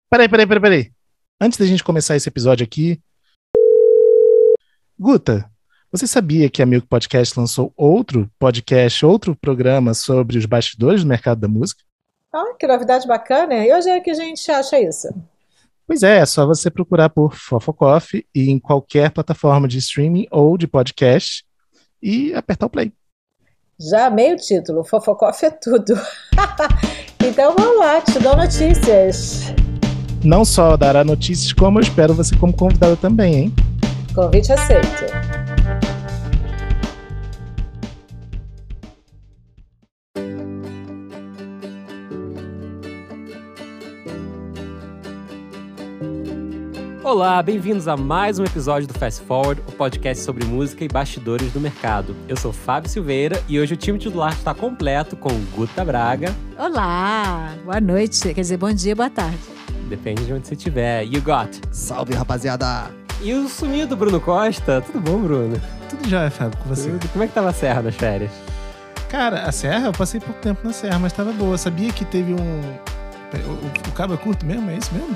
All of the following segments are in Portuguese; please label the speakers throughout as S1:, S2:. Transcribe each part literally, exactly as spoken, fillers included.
S1: Peraí, peraí, peraí, peraí. Antes da gente começar esse episódio aqui, Guta, você sabia que a Milk Podcast lançou outro podcast, outro programa sobre os bastidores do mercado da música?
S2: Ah, que novidade bacana. E onde é que a gente acha isso?
S1: Pois é, é só você procurar por Fofocoff e em qualquer plataforma de streaming ou de podcast e apertar o play.
S2: Já amei o título, Fofocoff é tudo. Então vamos lá, te dou notícias.
S1: Não só dará notícias, como eu espero você como convidada também, hein?
S2: Convite aceito.
S3: Olá, bem-vindos a mais um episódio do Fast Forward, o podcast sobre música e bastidores do mercado. Eu sou Fábio Silveira e hoje o time titular está completo com Guta Braga.
S4: Olá, boa noite, quer dizer, bom dia, boa tarde.
S3: Depende de onde você estiver. You got.
S5: Salve, rapaziada!
S3: E o sumido Bruno Costa. Tudo bom, Bruno?
S1: Tudo já, Fábio, com você.
S3: Tudo. Como é que tava a Serra das férias?
S1: Cara, a Serra, eu passei pouco tempo na Serra, mas tava boa. Sabia que teve um... O, o cabo é curto mesmo? É isso mesmo?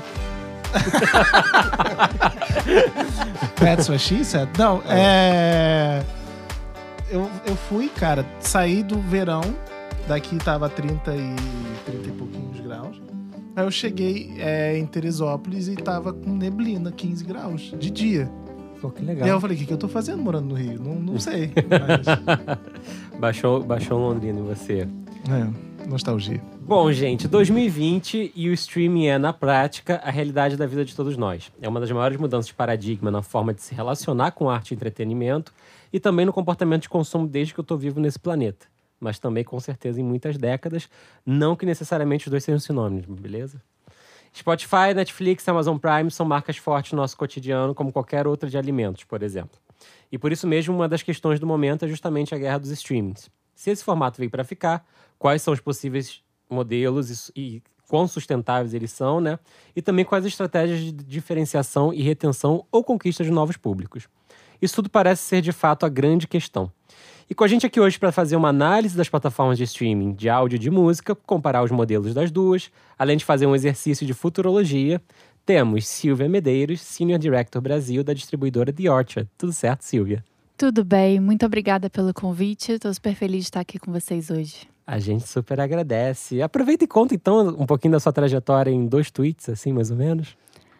S1: That's what she said. Não, é... Eu, eu fui, cara, saí do verão, daqui tava trinta e, trinta e pouquinhos graus. Aí eu cheguei é, em Teresópolis e tava com neblina, quinze graus, de dia.
S3: Pô, que legal.
S1: E aí eu falei, o que, que eu tô fazendo morando no Rio? Não, não sei. Mas...
S3: baixou, baixou Londrina em você.
S1: É, nostalgia.
S3: Bom, gente, dois mil e vinte e o streaming é, na prática, a realidade da vida de todos nós. É uma das maiores mudanças de paradigma na forma de se relacionar com arte e entretenimento e também no comportamento de consumo desde que eu tô vivo nesse planeta. Mas também, com certeza, em muitas décadas, não que necessariamente os dois sejam sinônimos, beleza? Spotify, Netflix, Amazon Prime são marcas fortes no nosso cotidiano, como qualquer outra de alimentos, por exemplo. E por isso mesmo, uma das questões do momento é justamente a guerra dos streamings. Se esse formato veio para ficar, quais são os possíveis modelos e, e quão sustentáveis eles são, né? E também quais estratégias de diferenciação e retenção ou conquista de novos públicos. Isso tudo parece ser, de fato, a grande questão. E com a gente aqui hoje para fazer uma análise das plataformas de streaming de áudio e de música, comparar os modelos das duas, além de fazer um exercício de futurologia, temos Silvia Medeiros, Senior Director Brasil da distribuidora The Orchard. Tudo certo, Silvia?
S4: Tudo bem, muito obrigada pelo convite, estou super feliz de estar aqui com vocês hoje.
S3: A gente super agradece. Aproveita e conta, então, um pouquinho da sua trajetória em dois tweets, assim, mais ou menos.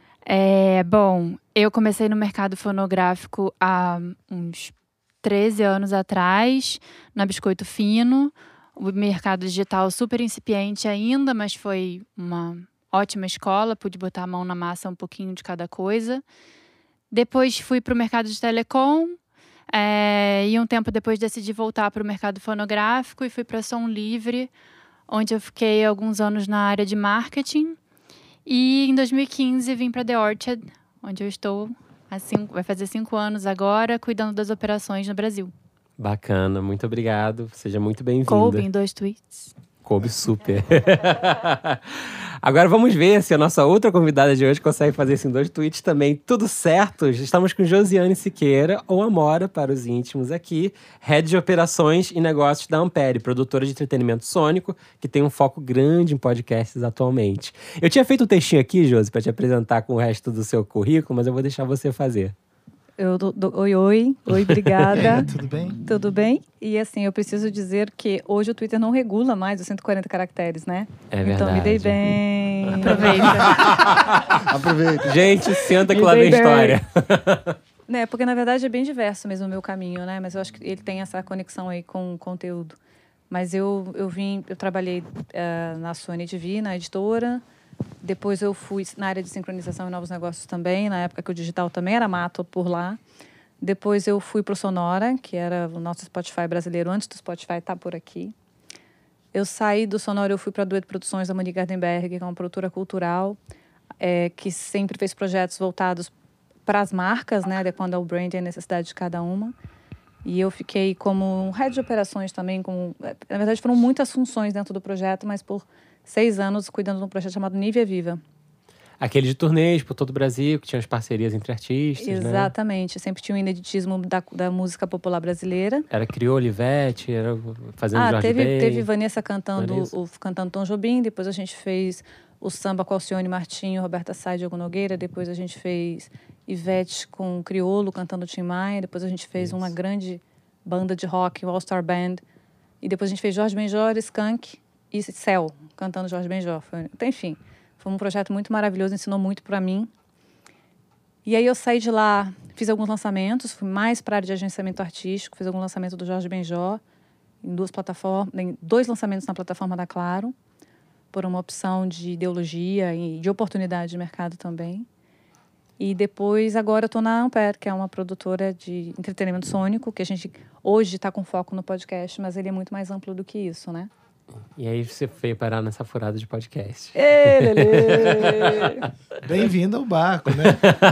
S4: É, bom, eu comecei no mercado fonográfico há uns treze anos atrás, na Biscoito Fino. O mercado digital super incipiente ainda, mas foi uma ótima escola, pude botar a mão na massa um pouquinho de cada coisa. Depois fui para o mercado de telecom, é, e um tempo depois decidi voltar para o mercado fonográfico e fui para Som Livre, onde eu fiquei alguns anos na área de marketing. E em dois mil e quinze vim para The Orchard, onde eu estou há cinco, vai fazer cinco anos agora, cuidando das operações no Brasil.
S3: Bacana, muito obrigado. Seja muito bem-vinda.
S4: Coube em dois tweets.
S3: Coube super. Agora vamos ver se a nossa outra convidada de hoje consegue fazer isso em dois tweets também. Tudo certo? Estamos com Josiane Siqueira, ou Amora para os íntimos aqui, Head de Operações e Negócios da Ampere, produtora de entretenimento sônico, que tem um foco grande em podcasts atualmente. Eu tinha feito um textinho aqui, Josi, para te apresentar com o resto do seu currículo, mas eu vou deixar você fazer.
S6: Eu do, do, oi, oi. Oi, obrigada.
S1: É, tudo bem?
S6: Tudo bem? E assim, eu preciso dizer que hoje o Twitter não regula mais os cento e quarenta caracteres, né?
S3: É verdade.
S6: Então me dei bem.
S4: Aproveita.
S5: Aproveita.
S3: Gente, senta que
S6: Me
S3: lá
S6: dei
S3: vem
S6: bem.
S3: história.
S6: Né, porque na verdade é bem diverso mesmo o meu caminho, né? Mas eu acho que ele tem essa conexão aí com o conteúdo. Mas eu, eu vim, eu trabalhei uh, na Sony T V, na editora. Depois eu fui na área de sincronização e novos negócios também, na época que o digital também era mato por lá. Depois eu fui para o Sonora, que era o nosso Spotify brasileiro, antes do Spotify estar por aqui. Eu saí do Sonora, eu fui para a Dueto Produções da Monique Gardenberg, que é uma produtora cultural, é, que sempre fez projetos voltados para as marcas, né, adequando ao brand e a necessidade de cada uma. E eu fiquei como um head de operações também. Com, na verdade, foram muitas funções dentro do projeto, mas por seis anos cuidando de um projeto chamado Nívea Viva.
S3: Aquele de turnês por todo o Brasil, que tinha as parcerias entre artistas,
S6: Exatamente.
S3: né?
S6: Sempre tinha um ineditismo da, da música popular brasileira.
S3: Era Criou Olivete, era fazendo
S6: ah,
S3: Jorge
S6: teve,
S3: Ben.
S6: teve Vanessa cantando,
S3: Vanessa.
S6: O, cantando Tom Jobim. Depois a gente fez o samba com Alcione Martinho, Roberta Sá e Diogo Nogueira. Depois a gente fez Ivete com Criolo cantando Tim Maia. Depois a gente fez Isso. uma grande banda de rock, o All Star Band. E depois a gente fez Jorge Benjor, Skank e Céu, cantando Jorge Benjor. Foi, enfim, foi um projeto muito maravilhoso, ensinou muito para mim. E aí eu saí de lá, fiz alguns lançamentos, fui mais para a área de agenciamento artístico, fiz algum lançamento do Jorge Benjor, em duas plataformas, em dois lançamentos na plataforma da Claro, por uma opção de ideologia e de oportunidade de mercado também. E depois, agora eu estou na Ampere, que é uma produtora de entretenimento sônico, que a gente hoje está com foco no podcast, mas ele é muito mais amplo do que isso, né?
S3: E aí você foi parar nessa furada de podcast.
S6: Ê, Lelê!
S1: Bem-vindo ao barco, né?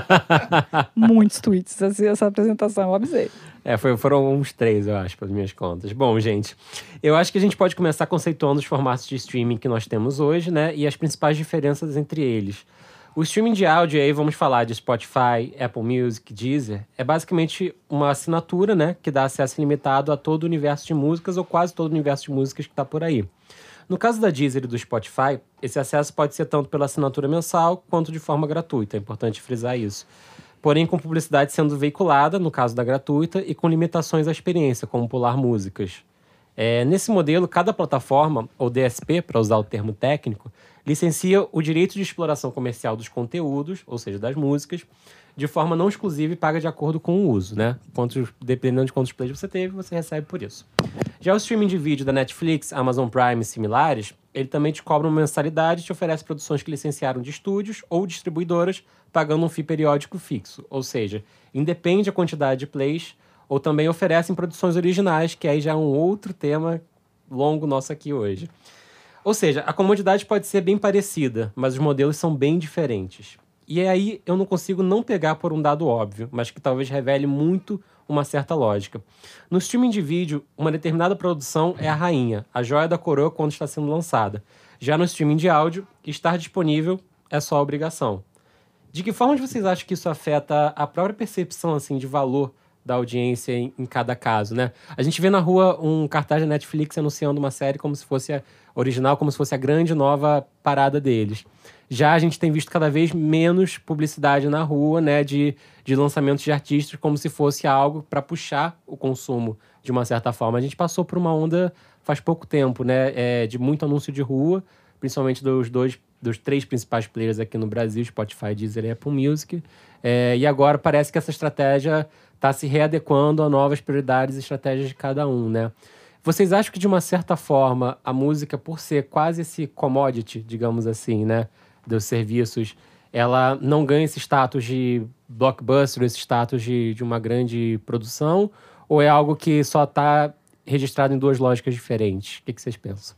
S6: Muitos tweets, assim, essa apresentação, eu avisei.
S3: É, foi, foram uns três, eu acho, pelas minhas contas. Bom, gente, eu acho que a gente pode começar conceituando os formatos de streaming que nós temos hoje, né? E as principais diferenças entre eles. O streaming de áudio, aí vamos falar de Spotify, Apple Music, Deezer, é basicamente uma assinatura, né, que dá acesso ilimitado a todo o universo de músicas ou quase todo o universo de músicas que está por aí. No caso da Deezer e do Spotify, esse acesso pode ser tanto pela assinatura mensal quanto de forma gratuita, é importante frisar isso. Porém, com publicidade sendo veiculada, no caso da gratuita, e com limitações à experiência, como pular músicas. É, nesse modelo, cada plataforma, ou D S P, para usar o termo técnico, licencia o direito de exploração comercial dos conteúdos, ou seja, das músicas, de forma não exclusiva e paga de acordo com o uso, né? Quantos, dependendo de quantos plays você teve, você recebe por isso. Já o streaming de vídeo da Netflix, Amazon Prime e similares, ele também te cobra uma mensalidade e te oferece produções que licenciaram de estúdios ou distribuidoras, pagando um fee periódico fixo. Ou seja, independe a quantidade de plays, ou também oferecem produções originais, que aí já é um outro tema longo nosso aqui hoje. Ou seja, a comodidade pode ser bem parecida, mas os modelos são bem diferentes. E aí eu não consigo não pegar por um dado óbvio, mas que talvez revele muito uma certa lógica. No streaming de vídeo, uma determinada produção é a rainha, a joia da coroa quando está sendo lançada. Já no streaming de áudio, estar disponível é só a obrigação. De que forma vocês acham que isso afeta a própria percepção assim, de valor da audiência em, em cada caso, né? A gente vê na rua um cartaz da Netflix anunciando uma série como se fosse a original, como se fosse a grande nova parada deles. Já a gente tem visto cada vez menos publicidade na rua, né, de, de lançamentos de artistas, como se fosse algo para puxar o consumo de uma certa forma. A gente passou por uma onda faz pouco tempo, né, é, de muito anúncio de rua, principalmente dos dois, dos três principais players aqui no Brasil, Spotify, Deezer e Apple Music. É, e agora parece que essa estratégia está se readequando a novas prioridades e estratégias de cada um, né? Vocês acham que, de uma certa forma, a música, por ser quase esse commodity, digamos assim, né, dos serviços, ela não ganha esse status de blockbuster, esse status de, de uma grande produção? Ou é algo que só está registrado em duas lógicas diferentes? O que, que vocês pensam?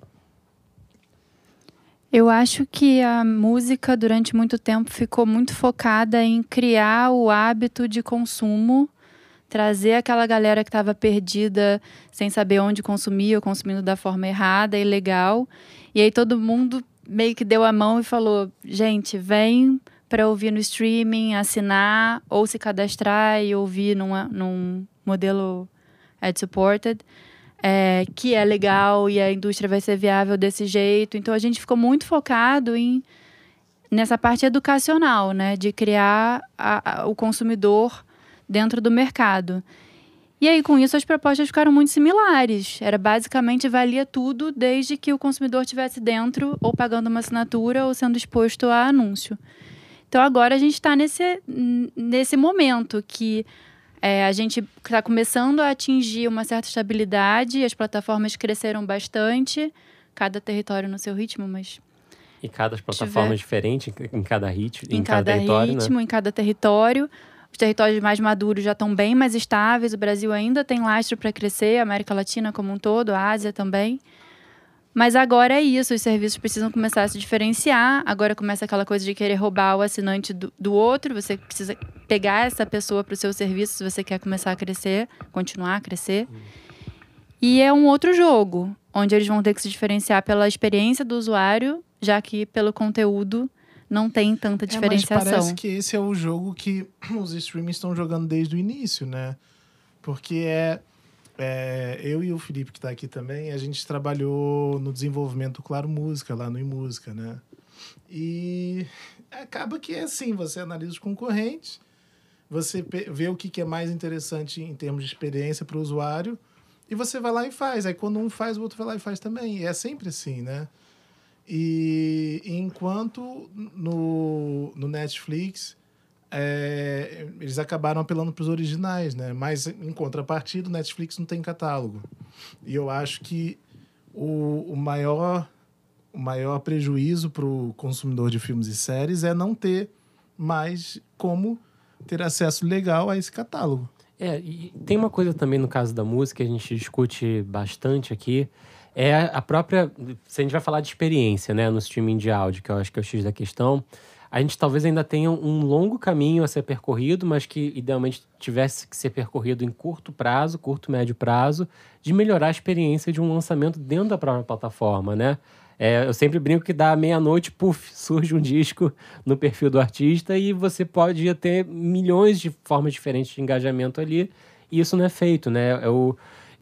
S4: Eu acho que a música, durante muito tempo, ficou muito focada em criar o hábito de consumo, trazer aquela galera que estava perdida, sem saber onde consumir, ou consumindo da forma errada, ilegal. E aí todo mundo meio que deu a mão e falou, gente, vem para ouvir no streaming, assinar, ou se cadastrar e ouvir numa, num modelo ad-supported, é, que é legal e a indústria vai ser viável desse jeito. Então a gente ficou muito focado em, nessa parte educacional, né, de criar a, a, o consumidor dentro do mercado. E aí, com isso, as propostas ficaram muito similares. Era basicamente, valia tudo desde que o consumidor estivesse dentro, ou pagando uma assinatura, ou sendo exposto a anúncio. Então, agora a gente está nesse, nesse momento que é, a gente está começando a atingir uma certa estabilidade, as plataformas cresceram bastante, cada território no seu ritmo, mas...
S3: E cada plataforma tiver... diferente, em cada ritmo, em,
S4: em
S3: cada,
S4: cada
S3: território,
S4: ritmo,
S3: né?
S4: em cada território. Os territórios mais maduros já estão bem mais estáveis. O Brasil ainda tem lastro para crescer, a América Latina como um todo, a Ásia também. Mas agora é isso, os serviços precisam começar a se diferenciar. Agora começa aquela coisa de querer roubar o assinante do, do outro. Você precisa pegar essa pessoa para o seu serviço se você quer começar a crescer, continuar a crescer. Hum. E é um outro jogo, onde eles vão ter que se diferenciar pela experiência do usuário, já que pelo conteúdo não tem tanta diferenciação.
S1: É, mas parece que esse é o jogo que os streamings estão jogando desde o início, né? Porque é, é eu e o Felipe, que está aqui também, a gente trabalhou no desenvolvimento do Claro Música, lá no iMúsica, né? E acaba que é assim, você analisa os concorrentes, você vê o que é mais interessante em termos de experiência para o usuário, e você vai lá e faz. Aí quando um faz, o outro vai lá e faz também. E é sempre assim, né? E enquanto no, no Netflix, é, eles acabaram apelando para os originais, né? Mas em contrapartida, o Netflix não tem catálogo. E eu acho que o, o maior, o maior prejuízo para o consumidor de filmes e séries é não ter mais como ter acesso legal a esse catálogo.
S3: É, e tem uma coisa também no caso da música, que a gente discute bastante aqui, é a própria... Se a gente vai falar de experiência, né, no streaming de áudio, que eu acho que é o X da questão, a gente talvez ainda tenha um longo caminho a ser percorrido, mas que idealmente tivesse que ser percorrido em curto prazo, curto, médio prazo, de melhorar a experiência de um lançamento dentro da própria plataforma, né? É, eu sempre brinco que dá meia-noite, puf, surge um disco no perfil do artista e você pode ter milhões de formas diferentes de engajamento ali, e isso não é feito, né? Eu,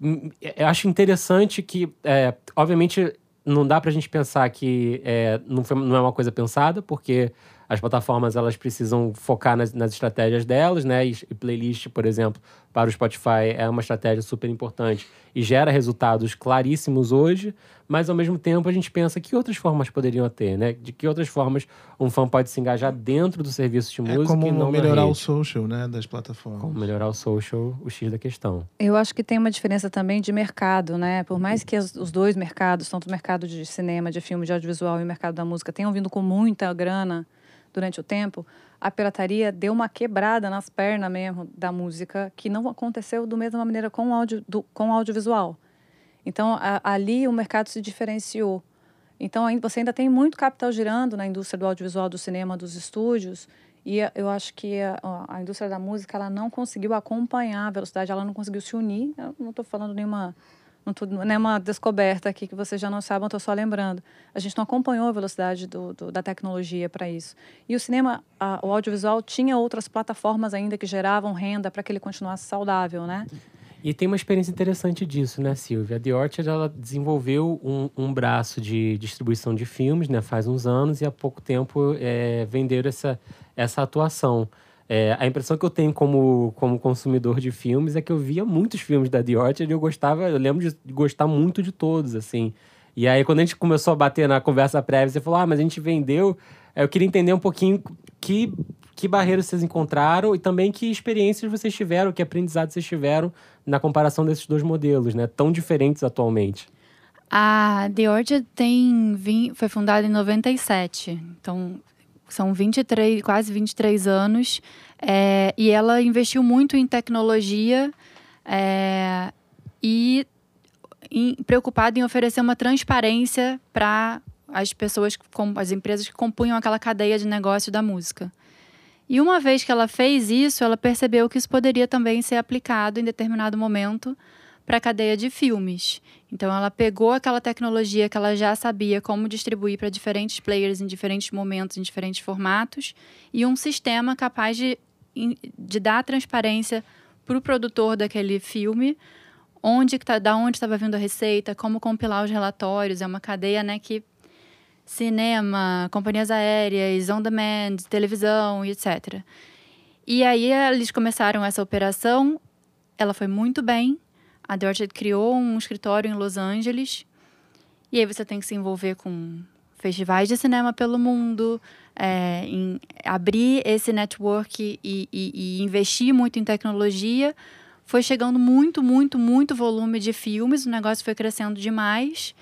S3: eu acho interessante que, é, obviamente, não dá pra gente pensar que é, não, foi, não é uma coisa pensada, porque as plataformas elas precisam focar nas, nas estratégias delas, né? E, e playlist, por exemplo, para o Spotify é uma estratégia super importante e gera resultados claríssimos hoje, mas ao mesmo tempo a gente pensa que outras formas poderiam ter, né? De que outras formas um fã pode se engajar dentro do serviço de música
S1: é como
S3: e não
S1: melhorar
S3: na
S1: o
S3: rede.
S1: social, né, das plataformas.
S3: Como melhorar o social, o X da questão.
S6: Eu acho que tem uma diferença também de mercado, né? Por mais que as, os dois mercados, tanto o mercado de cinema, de filme, de audiovisual e o mercado da música tenham vindo com muita grana durante o tempo, a pirataria deu uma quebrada nas pernas mesmo da música, que não aconteceu da mesma maneira com o, audio, do, com o audiovisual. Então, a, ali o mercado se diferenciou. Então, ainda, você ainda tem muito capital girando na indústria do audiovisual, do cinema, dos estúdios, e eu acho que a, a indústria da música ela não conseguiu acompanhar a velocidade, ela não conseguiu se unir. Eu não estou falando nenhuma... Não, tô, não é uma descoberta aqui que vocês já não sabem, eu estou só lembrando. A gente não acompanhou a velocidade do, do, da tecnologia para isso. E o cinema, a, o audiovisual, tinha outras plataformas ainda que geravam renda para que ele continuasse saudável, né?
S3: E tem uma experiência interessante disso, né, Silvia? A The Orchard, ela desenvolveu um, um braço de distribuição de filmes, né, faz uns anos, e há pouco tempo é, venderam essa, essa atuação. É, a impressão que eu tenho como, como consumidor de filmes é que eu via muitos filmes da The Orchard e eu gostava, eu lembro de gostar muito de todos, assim. E aí, quando a gente começou a bater na conversa prévia, você falou, ah, mas a gente vendeu... Eu queria entender um pouquinho que, que barreiras vocês encontraram e também que experiências vocês tiveram, que aprendizados vocês tiveram na comparação desses dois modelos, né? Tão diferentes atualmente.
S4: A The Orchard tem, foi fundada em noventa e sete, então... São vinte e três, quase vinte e três anos, é, e ela investiu muito em tecnologia é, e em, preocupada em oferecer uma transparência para as pessoas, as empresas que compunham aquela cadeia de negócio da música. E uma vez que ela fez isso, ela percebeu que isso poderia também ser aplicado em determinado momento para a cadeia de filmes. Então, ela pegou aquela tecnologia que ela já sabia como distribuir para diferentes players em diferentes momentos, em diferentes formatos, e um sistema capaz de, de dar transparência para o produtor daquele filme, onde tá, da onde estava vindo a receita, como compilar os relatórios. É uma cadeia, né, que cinema, companhias aéreas, on-demand, televisão, etcétera. E aí, eles começaram essa operação, ela foi muito bem. A The Orchard criou um escritório em Los Angeles. E aí você tem que se envolver com festivais de cinema pelo mundo, é, em abrir esse network e, e, e investir muito em tecnologia. Foi chegando muito, muito, muito volume de filmes. O negócio foi crescendo demais.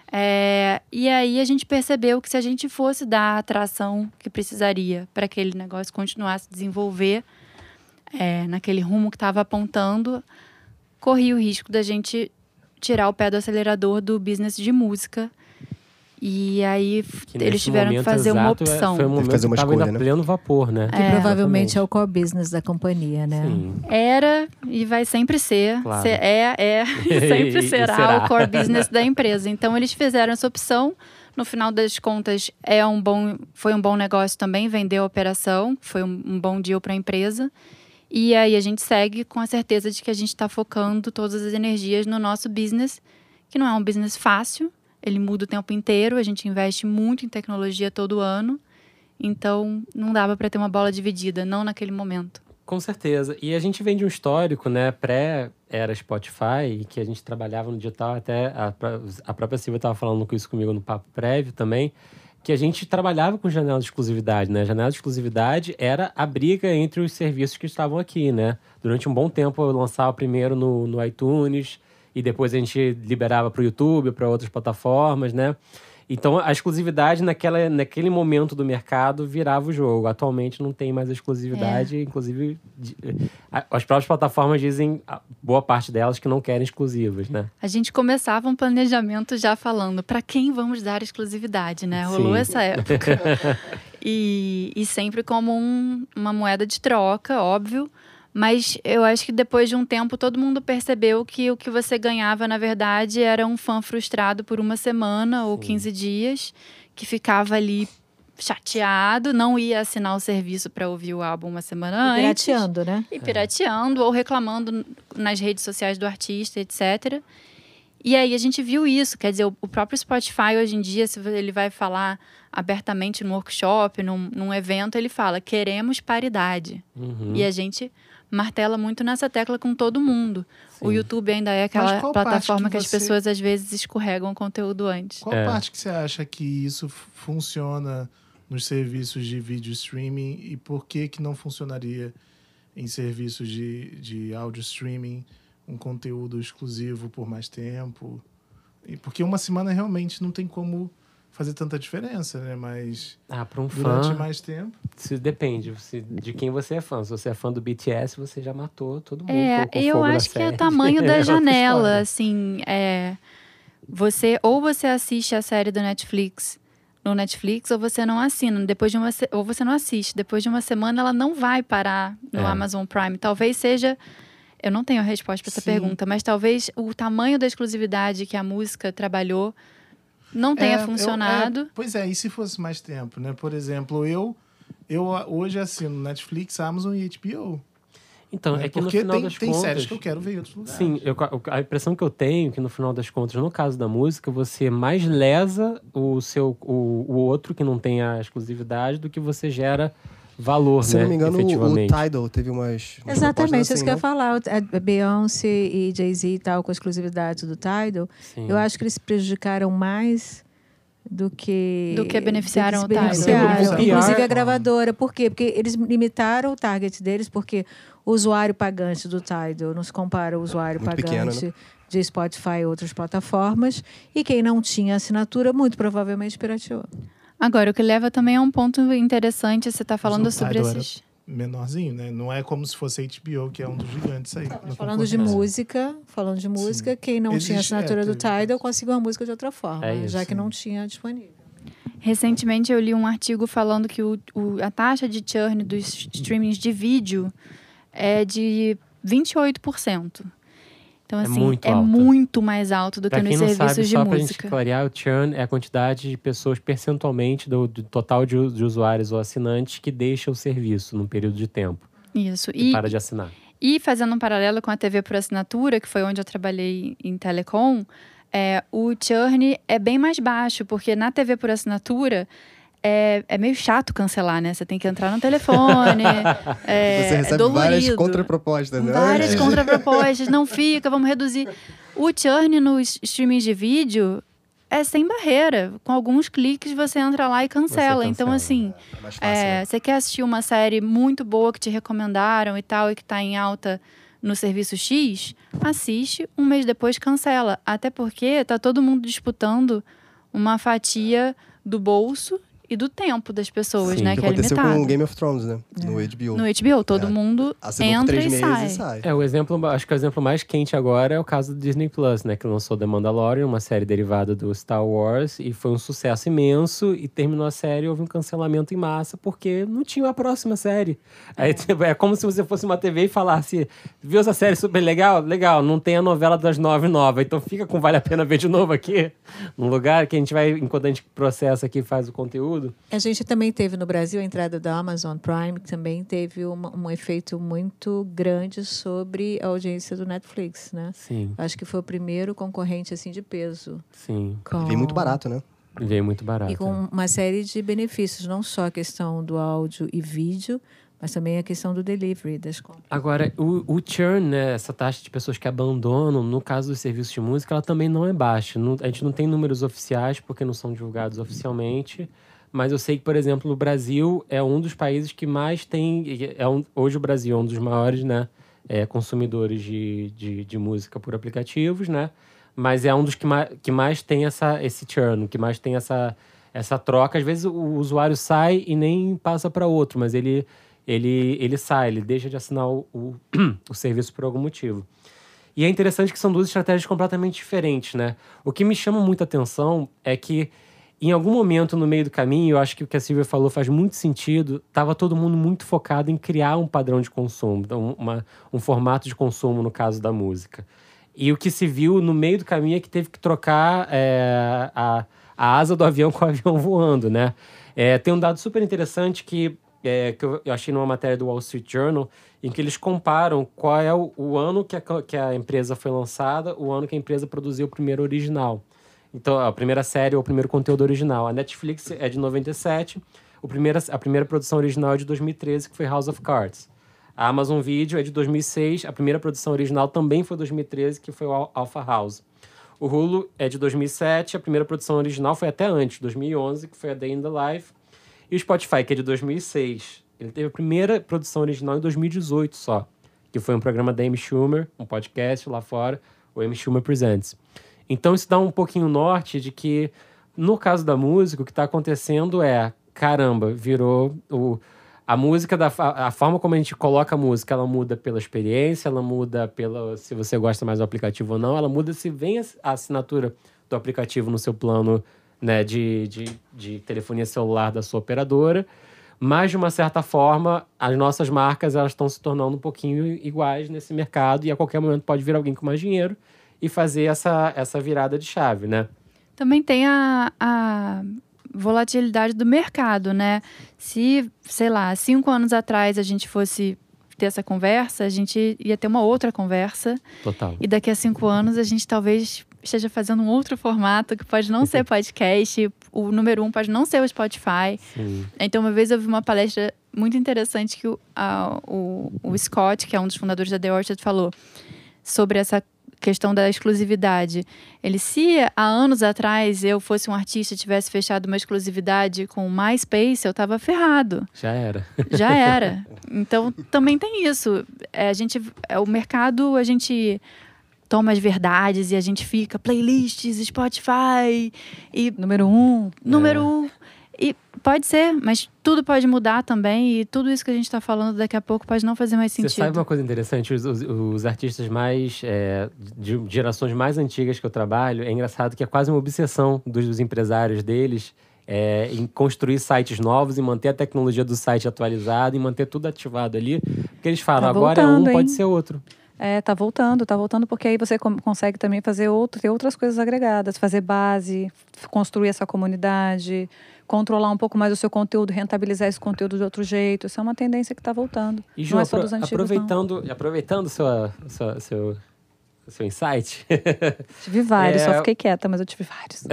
S4: É, e aí a gente percebeu que se a gente fosse dar a atração que precisaria para aquele negócio continuar a se desenvolver é, naquele rumo que estava apontando, corria o risco da gente tirar o pé do acelerador do business de música. E aí
S3: que
S4: eles tiveram que fazer uma opção.
S3: Foi um momento
S5: fazer uma
S3: que estava
S5: escolha,
S3: ainda
S5: né?
S3: pleno vapor, né?
S2: Que
S4: É,
S2: provavelmente é o core business da companhia, né?
S3: Sim.
S4: Era e vai sempre ser.
S3: Claro.
S4: Se- É, é e sempre
S3: E- e
S4: será,
S3: será.
S4: o core business da empresa. Então, eles fizeram essa opção. No final das contas, é um bom, foi um bom negócio também, vendeu a operação. Foi um, um bom deal para a empresa. E aí a gente segue com a certeza de que a gente está focando todas as energias no nosso business, que não é um business fácil, ele muda o tempo inteiro, a gente investe muito em tecnologia todo ano, então não dava para ter uma bola dividida, não naquele momento.
S3: Com certeza. E a gente vem de um histórico, né, pré-era Spotify, que a gente trabalhava no digital, até a, a própria Silvia estava falando isso comigo no papo prévio também, que a gente trabalhava com janela de exclusividade, né? A janela de exclusividade era a briga entre os serviços que estavam aqui, né? Durante um bom tempo eu lançava primeiro no, no iTunes e depois a gente liberava para o YouTube, para outras plataformas, né? Então a exclusividade naquela, naquele momento do mercado virava o jogo. Atualmente não tem mais a exclusividade, é. Inclusive as próprias plataformas dizem, boa parte delas, que não querem exclusivas, né?
S4: A gente começava um planejamento já falando para quem vamos dar exclusividade, né? Rolou Sim. essa época. e, e sempre como um, uma moeda de troca, óbvio. Mas eu acho que depois de um tempo todo mundo percebeu que o que você ganhava, na verdade, era um fã frustrado por uma semana ou Sim. quinze dias, que ficava ali chateado, não ia assinar o serviço para ouvir o álbum uma semana
S2: e
S4: antes.
S2: Pirateando, né?
S4: E pirateando, é. ou reclamando nas redes sociais do artista, etcétera. E aí a gente viu isso, quer dizer, o próprio Spotify hoje em dia, se ele vai falar abertamente num workshop, num, num evento, ele fala, queremos paridade.
S3: Uhum.
S4: E a gente martela muito nessa tecla com todo mundo. Sim. O YouTube ainda é aquela
S1: qual
S4: plataforma que,
S1: que
S4: você... as pessoas às vezes escorregam o conteúdo antes.
S1: Qual
S3: é.
S1: parte que você acha que isso funciona nos serviços de vídeo streaming e por que que não funcionaria em serviços de, de áudio streaming um conteúdo exclusivo por mais tempo? E porque uma semana realmente não tem como fazer tanta diferença, né? Mas
S3: ah, para um
S1: durante
S3: fã,
S1: mais tempo...
S3: Se depende se, de quem você é fã. Se você é fã do B T S, você já matou todo mundo.
S4: É, eu acho que é o tamanho da janela, assim. É, você, ou você assiste a série do Netflix no Netflix, ou você não assina. Depois de uma, ou você não assiste. Depois de uma semana, ela não vai parar no é. Amazon Prime. Talvez seja... Eu não tenho a resposta para essa Sim. pergunta, mas talvez o tamanho da exclusividade que a música trabalhou não tenha é, funcionado.
S1: Eu, é, pois é, e se fosse mais tempo, né? Por exemplo, eu, eu hoje assino Netflix, Amazon e H B O.
S3: Então,
S1: né?
S3: é que
S1: Porque
S3: no final
S1: tem,
S3: das
S1: tem
S3: contas...
S1: séries que eu quero ver em outros lugares.
S3: Sim, eu, a impressão que eu tenho é que no final das contas, no caso da música, você mais lesa o, seu, o, o outro que não tem a exclusividade do que você gera... valor,
S5: Se
S3: né?
S5: não me engano, o
S3: efetivamente.
S5: Tidal teve umas... umas
S6: Exatamente,
S5: assim,
S6: isso
S5: né?
S6: que eu ia falar. A Beyoncé e Jay-Z e tal, com a exclusividade do Tidal,
S3: Sim.
S6: eu acho que eles se prejudicaram mais do que...
S4: Do que beneficiaram
S6: do que
S4: o Tidal.
S6: beneficiaram. Inclusive a
S3: Ah.
S6: gravadora. Por quê? Porque eles limitaram o target deles, porque o usuário pagante do Tidal não se compara ao usuário
S5: Muito
S6: pagante
S5: pequeno, né?
S6: de Spotify e outras plataformas. E quem não tinha assinatura, muito provavelmente pirateou.
S4: Agora, o que leva também a um ponto interessante, você está falando
S1: Mas o
S4: sobre
S1: Tidal
S4: esses...
S1: menorzinho, né? Não é como se fosse H B O, que é um dos gigantes aí.
S6: Falando de música, falando de música,
S1: Sim.
S6: quem não
S1: Existe,
S6: tinha assinatura
S1: é,
S6: do
S1: teve-
S6: Tidal conseguiu a música de outra forma,
S3: É isso,
S6: já que
S1: sim.
S6: não tinha disponível.
S4: Recentemente eu li um artigo falando que o, o- a taxa de churn dos streamings de vídeo é de vinte e oito por cento. Então,
S3: É
S4: assim,
S3: muito
S4: é
S3: alta.
S4: muito mais alto do
S3: Pra
S4: que
S3: quem
S4: nos
S3: não
S4: serviços
S3: sabe,
S4: de
S3: só pra gente
S4: música.
S3: clarear, o churn é a quantidade de pessoas percentualmente do, do total de, de usuários ou assinantes que deixam o serviço num período de tempo
S4: Isso.
S3: e
S4: E,
S3: para de assinar.
S4: e fazendo um paralelo com a T V por assinatura, que foi onde eu trabalhei em telecom, é, o churn é bem mais baixo, porque na T V por assinatura é, é meio chato cancelar, né? Você tem que entrar no telefone, é,
S5: Você
S4: é
S5: recebe
S4: dolorido.
S5: várias contrapropostas, né?
S4: Várias
S5: É.
S4: contrapropostas, não fica, vamos reduzir. O churn nos streamings de vídeo é sem barreira. Com alguns cliques você entra lá e cancela.
S3: Você
S4: Então,
S3: cancela.
S4: assim,
S5: É mais fácil,
S4: é,
S5: né?
S4: você quer assistir uma série muito boa que te recomendaram e tal, e que tá em alta no serviço X, assiste, um mês depois cancela. Até porque tá todo mundo disputando uma fatia do bolso e do tempo das pessoas,
S3: Sim.
S4: né?
S5: O que
S4: Que é
S5: aconteceu
S4: limitado.
S5: com Game of Thrones, né? No H B O.
S4: No H B O, todo
S5: É.
S4: mundo
S5: Assinou por
S4: entra
S5: três
S4: e
S5: meses
S4: sai.
S5: e sai.
S3: É, o exemplo, acho que o exemplo mais quente agora é o caso do Disney Plus, né? Que lançou The Mandalorian, uma série derivada do Star Wars, e foi um sucesso imenso, e terminou a série e houve um cancelamento em massa, porque não tinha a próxima série. Aí, tipo, é como se você fosse uma T V e falasse, viu essa série super legal? Legal, não tem a novela das nove nova, então fica com vale a pena ver de novo aqui, num lugar que a gente vai, enquanto a gente processa aqui e faz o conteúdo, conteúdo.
S7: A gente também teve no Brasil a entrada da Amazon Prime, que também teve uma, um efeito muito grande sobre a audiência do Netflix, né?
S3: Sim.
S7: Acho que foi o primeiro concorrente assim de peso.
S3: Sim.
S7: Com...
S5: Veio muito barato, né?
S3: Veio muito barato.
S7: E com uma série de benefícios, não só a questão do áudio e vídeo, mas também a questão do delivery das compras.
S3: Agora, o, o churn, né, essa taxa de pessoas que abandonam, no caso dos serviços de música, ela também não é baixa. Não, a gente não tem números oficiais, porque não são divulgados oficialmente, mas eu sei que, por exemplo, o Brasil é um dos países que mais tem... É um, hoje o Brasil é um dos maiores, né, é, consumidores de, de, de música por aplicativos, né? Mas é um dos que mais, que mais tem essa, esse churn, que mais tem essa, essa troca. Às vezes o usuário sai e nem passa para outro, mas ele, ele, ele sai, ele deixa de assinar o, o, o serviço por algum motivo. E é interessante que são duas estratégias completamente diferentes, né? O que me chama muita atenção é que, em algum momento no meio do caminho, eu acho que o que a Silvia falou faz muito sentido, estava todo mundo muito focado em criar um padrão de consumo, então uma, um formato de consumo, no caso da música. E o que se viu no meio do caminho é que teve que trocar é, a, a asa do avião com o avião voando, né? É, tem um dado super interessante que, é, que eu, eu achei numa matéria do Wall Street Journal, em que eles comparam qual é o, o ano que a, que a empresa foi lançada, o ano que a empresa produziu o primeiro original. Então, a primeira série ou o primeiro conteúdo original. A Netflix é de noventa e sete, o primeira, a primeira produção original é de dois mil e treze, que foi House of Cards. A Amazon Video é de dois mil e seis, a primeira produção original também foi dois mil e treze, que foi o Alpha House. O Hulu é de dois mil e sete, a primeira produção original foi até antes, dois mil e onze, que foi a Day in the Life. E o Spotify, que é de dois mil e seis, ele teve a primeira produção original em dois mil e dezoito só, que foi um programa da Amy Schumer, um podcast lá fora, o Amy Schumer Presents. Então isso dá um pouquinho norte de que, no caso da música, o que está acontecendo é, caramba, virou o... A música, da, a forma como a gente coloca a música, ela muda pela experiência, ela muda pela se você gosta mais do aplicativo ou não, ela muda se vem a assinatura do aplicativo no seu plano, né, de, de, de telefonia celular da sua operadora. Mas, de uma certa forma, as nossas marcas elas estão se tornando um pouquinho iguais nesse mercado e a qualquer momento pode vir alguém com mais dinheiro e fazer essa, essa virada de chave, né?
S4: Também tem a... a... volatilidade do mercado, né? Se, sei lá, cinco anos atrás a gente fosse ter essa conversa, a gente ia ter uma outra conversa.
S3: Total.
S4: E daqui a cinco anos a gente talvez esteja fazendo um outro formato que pode não ser podcast, o número um pode não ser o Spotify.
S3: Sim.
S4: Então, uma vez eu vi uma palestra muito interessante que o, a, o, o Scott, que é um dos fundadores da The Orchard, falou sobre essa questão da exclusividade. Ele, se há anos atrás eu fosse um artista e tivesse fechado uma exclusividade com o MySpace, eu tava ferrado.
S3: Já era.
S4: Já era. Então, também tem isso. É, a gente, é, o mercado, a gente toma as verdades e a gente fica playlists, Spotify e...
S6: Número um.
S4: Número
S3: É.
S4: um. E pode ser, mas tudo pode mudar também e tudo isso que a gente está falando daqui a pouco pode não fazer mais sentido.
S3: Você sabe uma coisa interessante? Os, os, os artistas mais... É, de gerações mais antigas que eu trabalho, é engraçado que é quase uma obsessão dos, dos empresários deles é, em construir sites novos e manter a tecnologia do site atualizada e manter tudo ativado ali. Porque eles falam,
S6: Tá
S3: agora é
S6: voltando,
S3: um, pode
S6: hein?
S3: ser outro.
S6: É, tá voltando, tá voltando, porque aí você com- consegue também fazer outro, ter outras coisas agregadas, fazer base, f- construir essa comunidade, controlar um pouco mais o seu conteúdo, rentabilizar esse conteúdo de outro jeito. Isso é uma tendência que tá voltando.
S3: E, Ju,
S6: não é só
S3: apro-
S6: dos antigos, não.
S3: aproveitando, aproveitando sua, sua, seu, seu insight...
S6: Tive vários,
S3: É.
S6: só fiquei quieta, mas eu tive vários.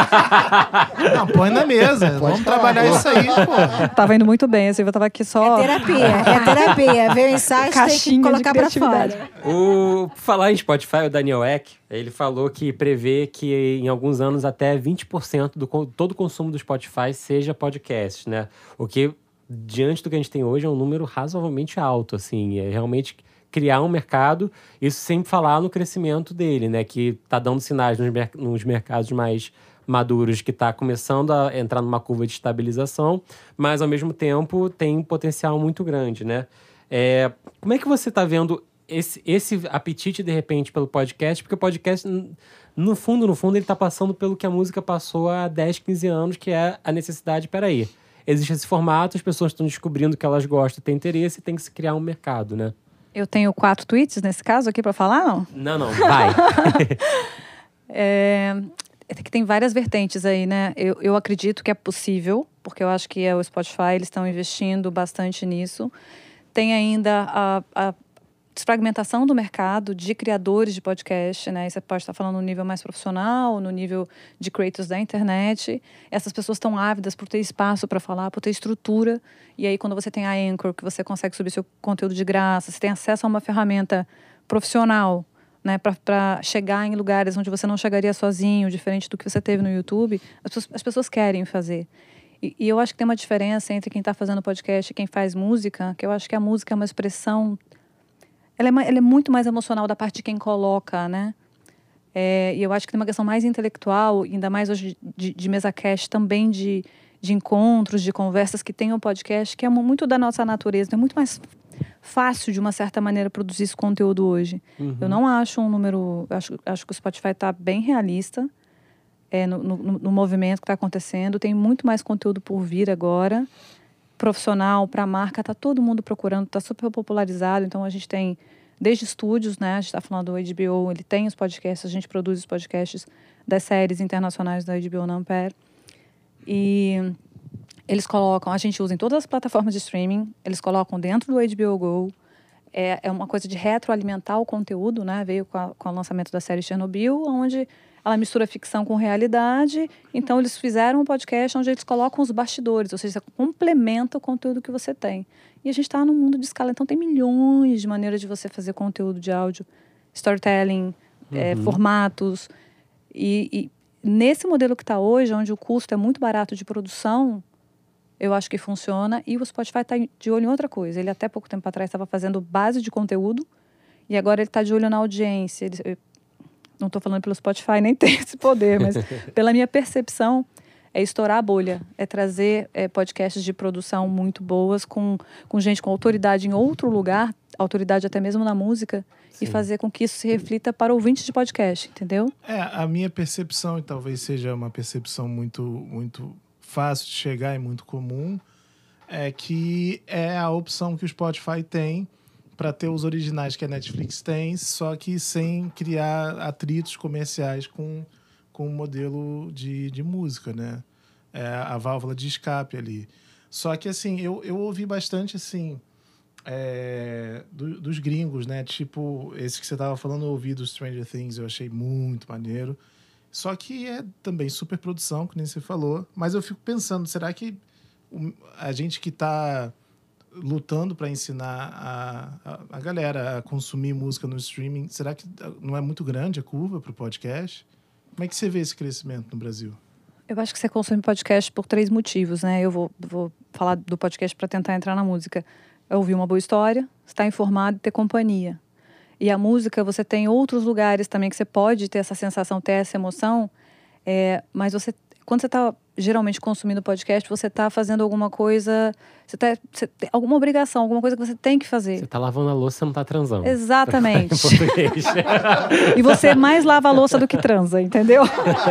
S1: Não, põe na mesa. Vamos trabalhar isso aí, pô.
S6: Tava indo muito bem, assim, eu tava aqui só...
S7: É terapia, é terapia. Ver o insight, tem que
S6: Caixinha de
S7: colocar pra
S6: criatividade.
S7: fora.
S3: O, por falar em Spotify, o Daniel Ek, ele falou que prevê que em alguns anos até vinte por cento do con- todo o consumo do Spotify seja podcast, né? O que, diante do que a gente tem hoje, é um número razoavelmente alto, assim. É realmente criar um mercado, isso sem falar no crescimento dele, né? Que tá dando sinais nos, mer- nos mercados mais maduros, que está começando a entrar numa curva de estabilização, mas, ao mesmo tempo, tem um potencial muito grande, né? É, como é que você está vendo esse, esse apetite, de repente, pelo podcast? Porque o podcast, n- no fundo, no fundo, ele está passando pelo que a música passou há dez, quinze anos, que é a necessidade, peraí, existe esse formato, as pessoas estão descobrindo que elas gostam, têm interesse, e tem que se criar um mercado, né?
S6: Eu tenho quatro tweets nesse caso aqui pra falar, não?
S3: Não, não, vai.
S6: É, é que tem várias vertentes aí, né? Eu, eu acredito que é possível, porque eu acho que é o Spotify, eles estão investindo bastante nisso. Tem ainda a, a desfragmentação do mercado de criadores de podcast, né? Você pode estar falando no nível mais profissional, no nível de creators da internet. Essas pessoas estão ávidas por ter espaço para falar, por ter estrutura. E aí, quando você tem a Anchor, que você consegue subir seu conteúdo de graça, você tem acesso a uma ferramenta profissional, né? Para chegar em lugares onde você não chegaria sozinho, diferente do que você teve no YouTube, as pessoas, as pessoas querem fazer. E, e eu acho que tem uma diferença entre quem está fazendo podcast e quem faz música, que eu acho que a música é uma expressão... Ela é, ela é muito mais emocional da parte de quem coloca, né? É, e eu acho que tem uma questão mais intelectual, ainda mais hoje de, de mesa cast, também de, de encontros, de conversas que tem o podcast, que é muito da nossa natureza. É muito mais fácil, de uma certa maneira, produzir esse conteúdo hoje. Uhum. Eu não acho um número... Acho, acho que o Spotify está bem realista é, no, no, no movimento que está acontecendo. Tem muito mais conteúdo por vir agora. Profissional, para a marca, está todo mundo procurando, está super popularizado. Então, a gente tem, desde estúdios, né? A gente está falando do H B O, ele tem os podcasts, a gente produz os podcasts das séries internacionais da H B O na Ampere. E eles colocam, a gente usa em todas as plataformas de streaming, eles colocam dentro do H B O Go. É, é uma coisa de retroalimentar o conteúdo, né? Veio com, a, com o lançamento da série Chernobyl, onde ela mistura ficção com realidade. Então, eles fizeram um podcast onde eles colocam os bastidores, ou seja, complementa o conteúdo que você tem. E a gente está num mundo de escala, então tem milhões de maneiras de você fazer conteúdo de áudio, storytelling, uhum. é, formatos. E, e nesse modelo que está hoje, onde o custo é muito barato de produção, eu acho que funciona. E o Spotify está de olho em outra coisa. Ele, até pouco tempo atrás, estava fazendo base de conteúdo, e agora ele está de olho na audiência. Ele, não estou falando pelo Spotify, nem tem esse poder, mas pela minha percepção, é estourar a bolha. É trazer é, podcasts de produção muito boas, com, com gente com autoridade em outro lugar, autoridade até mesmo na música, Sim. e fazer com que isso se reflita para ouvintes de podcast, entendeu?
S1: É, a minha percepção, e talvez seja uma percepção muito, muito fácil de chegar e muito comum, é que é a opção que o Spotify tem para ter os originais que a Netflix tem, só que sem criar atritos comerciais com, com o modelo de, de música, né? É a válvula de escape ali. Só que, assim, eu, eu ouvi bastante, assim, é, do, dos gringos, né? Tipo, esse que você tava falando, eu ouvi do Stranger Things, eu achei muito maneiro. Só que é também super produção, que nem você falou. Mas eu fico pensando, será que a gente que tá lutando para ensinar a, a, a galera a consumir música no streaming, será que não é muito grande a curva para o podcast? Como é que você vê esse crescimento no Brasil?
S6: Eu acho que você consome podcast por três motivos, né? Eu vou, vou falar do podcast para tentar entrar na música. É ouvir uma boa história, estar informado e ter companhia. E a música, você tem outros lugares também que você pode ter essa sensação, ter essa emoção, é, mas você, quando você está geralmente consumindo podcast, você está fazendo alguma coisa, você, tá, você tem alguma obrigação, alguma coisa que você tem que fazer.
S3: Você está lavando a louça, você não está transando.
S6: Exatamente. Em português. E você mais lava a louça do que transa, entendeu?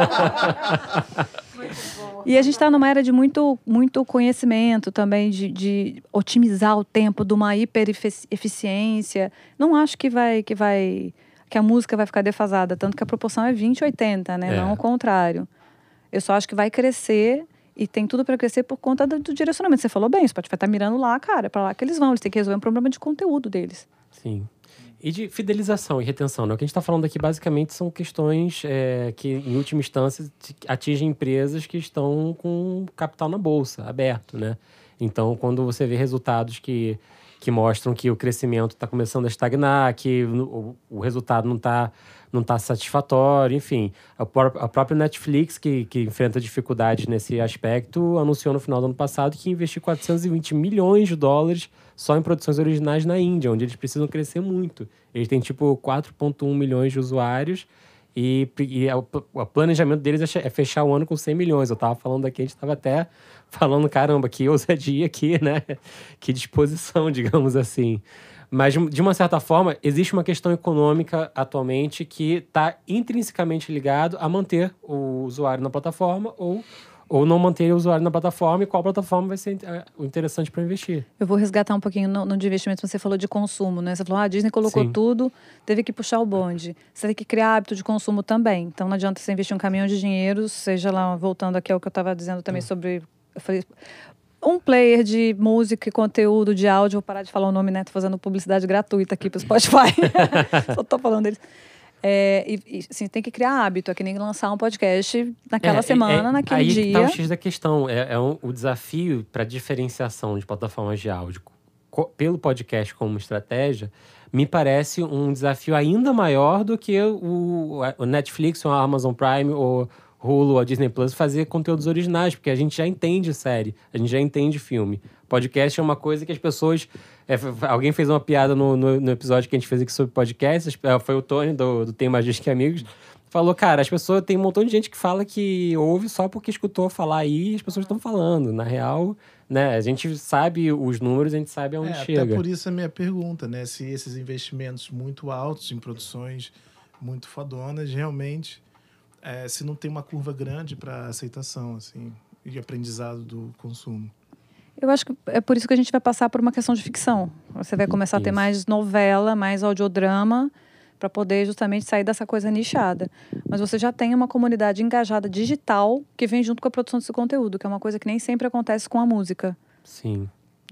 S6: E a gente está numa era de muito, muito conhecimento também, de, de otimizar o tempo, de uma hiper-eficiência. Não acho que vai, que vai, que a música vai ficar defasada, tanto que a proporção é vinte a oitenta, né? É. Não o contrário. Eu só acho que vai crescer, e tem tudo para crescer por conta do, do direcionamento. Você falou bem, o Spotify tá mirando lá, cara, é para lá que eles vão. Eles têm que resolver um problema de conteúdo deles.
S3: Sim. E de fidelização e retenção, né? O que a gente está falando aqui, basicamente, são questões é, que, em última instância, atingem empresas que estão com capital na bolsa, aberto, né? Então, quando você vê resultados que, que mostram que o crescimento está começando a estagnar, que o, o resultado não está não tá satisfatório, enfim. A, a própria Netflix, que, que enfrenta dificuldades nesse aspecto, anunciou no final do ano passado que investiu quatrocentos e vinte milhões de dólares só em produções originais na Índia, onde eles precisam crescer muito. Eles têm, tipo, quatro vírgula um milhões de usuários e, e o, o planejamento deles é fechar o ano com cem milhões. Eu tava falando aqui, a gente tava até falando, caramba, que ousadia aqui, né? Que disposição, digamos assim. Mas, de uma certa forma, existe uma questão econômica atualmente que está intrinsecamente ligado a manter o usuário na plataforma ou, ou não manter o usuário na plataforma, e qual plataforma vai ser o interessante para investir. Eu
S6: vou resgatar um pouquinho no, no de investimento. Você falou de consumo, né? Você falou, ah, a Disney colocou Sim. tudo, teve que puxar o bonde. Você tem que criar hábito de consumo também. Então, não adianta você investir um caminhão de dinheiro, seja lá, voltando aqui ao que eu estava dizendo também hum. sobre eu falei, um player de música e conteúdo de áudio, vou parar de falar o nome, né? Tô fazendo publicidade gratuita aqui pro Spotify. Só tô falando deles. É, e, e assim, tem que criar hábito, é que nem lançar um podcast naquela
S3: É,
S6: semana,
S3: é,
S6: naquele
S3: aí
S6: dia.
S3: Aí que tá o X da questão. É, é um, o desafio para diferenciação de plataformas de áudio co, pelo podcast como estratégia, me parece um desafio ainda maior do que o, o Netflix, ou a Amazon Prime, ou Hulu, ou a Disney Plus fazer conteúdos originais, porque a gente já entende série, a gente já entende filme. Podcast é uma coisa que as pessoas... É, alguém fez uma piada no, no, no episódio que a gente fez aqui sobre podcast, foi o Tony, do, do Tem Mais Dias Que Amigos, falou, cara, as pessoas... Tem um montão de gente que fala que ouve só porque escutou falar aí e as pessoas estão falando. Na real, né, a gente sabe os números, a gente sabe aonde
S1: é,
S3: chega.
S1: Até por isso a minha pergunta, né? Se esses investimentos muito altos em produções muito fodonas, realmente, é, se não tem uma curva grande para aceitação, assim, e aprendizado do consumo.
S6: Eu acho que é por isso que a gente vai passar por uma questão de ficção. Você vai começar a ter mais novela, mais audiodrama, para poder justamente sair dessa coisa nichada. Mas você já tem uma comunidade engajada digital que vem junto com a produção desse conteúdo, que é uma coisa que nem sempre acontece com a música.
S3: Sim.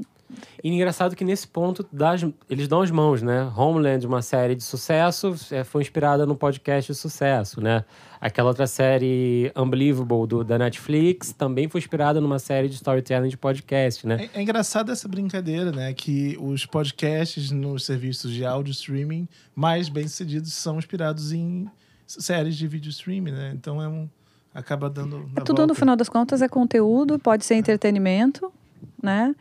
S3: E engraçado que nesse ponto das, eles dão as mãos, né? Homeland, uma série de sucesso, é, foi inspirada num podcast de sucesso, né? Aquela outra série Unbelievable do, da Netflix também foi inspirada numa série de storytelling de podcast, né?
S1: É, é engraçado essa brincadeira, né? Que os podcasts nos serviços de áudio streaming mais bem-sucedidos são inspirados em séries de vídeo streaming, né? Então é um... acaba dando...
S6: É tudo, volta. No final das contas, é conteúdo, pode ser entretenimento, né?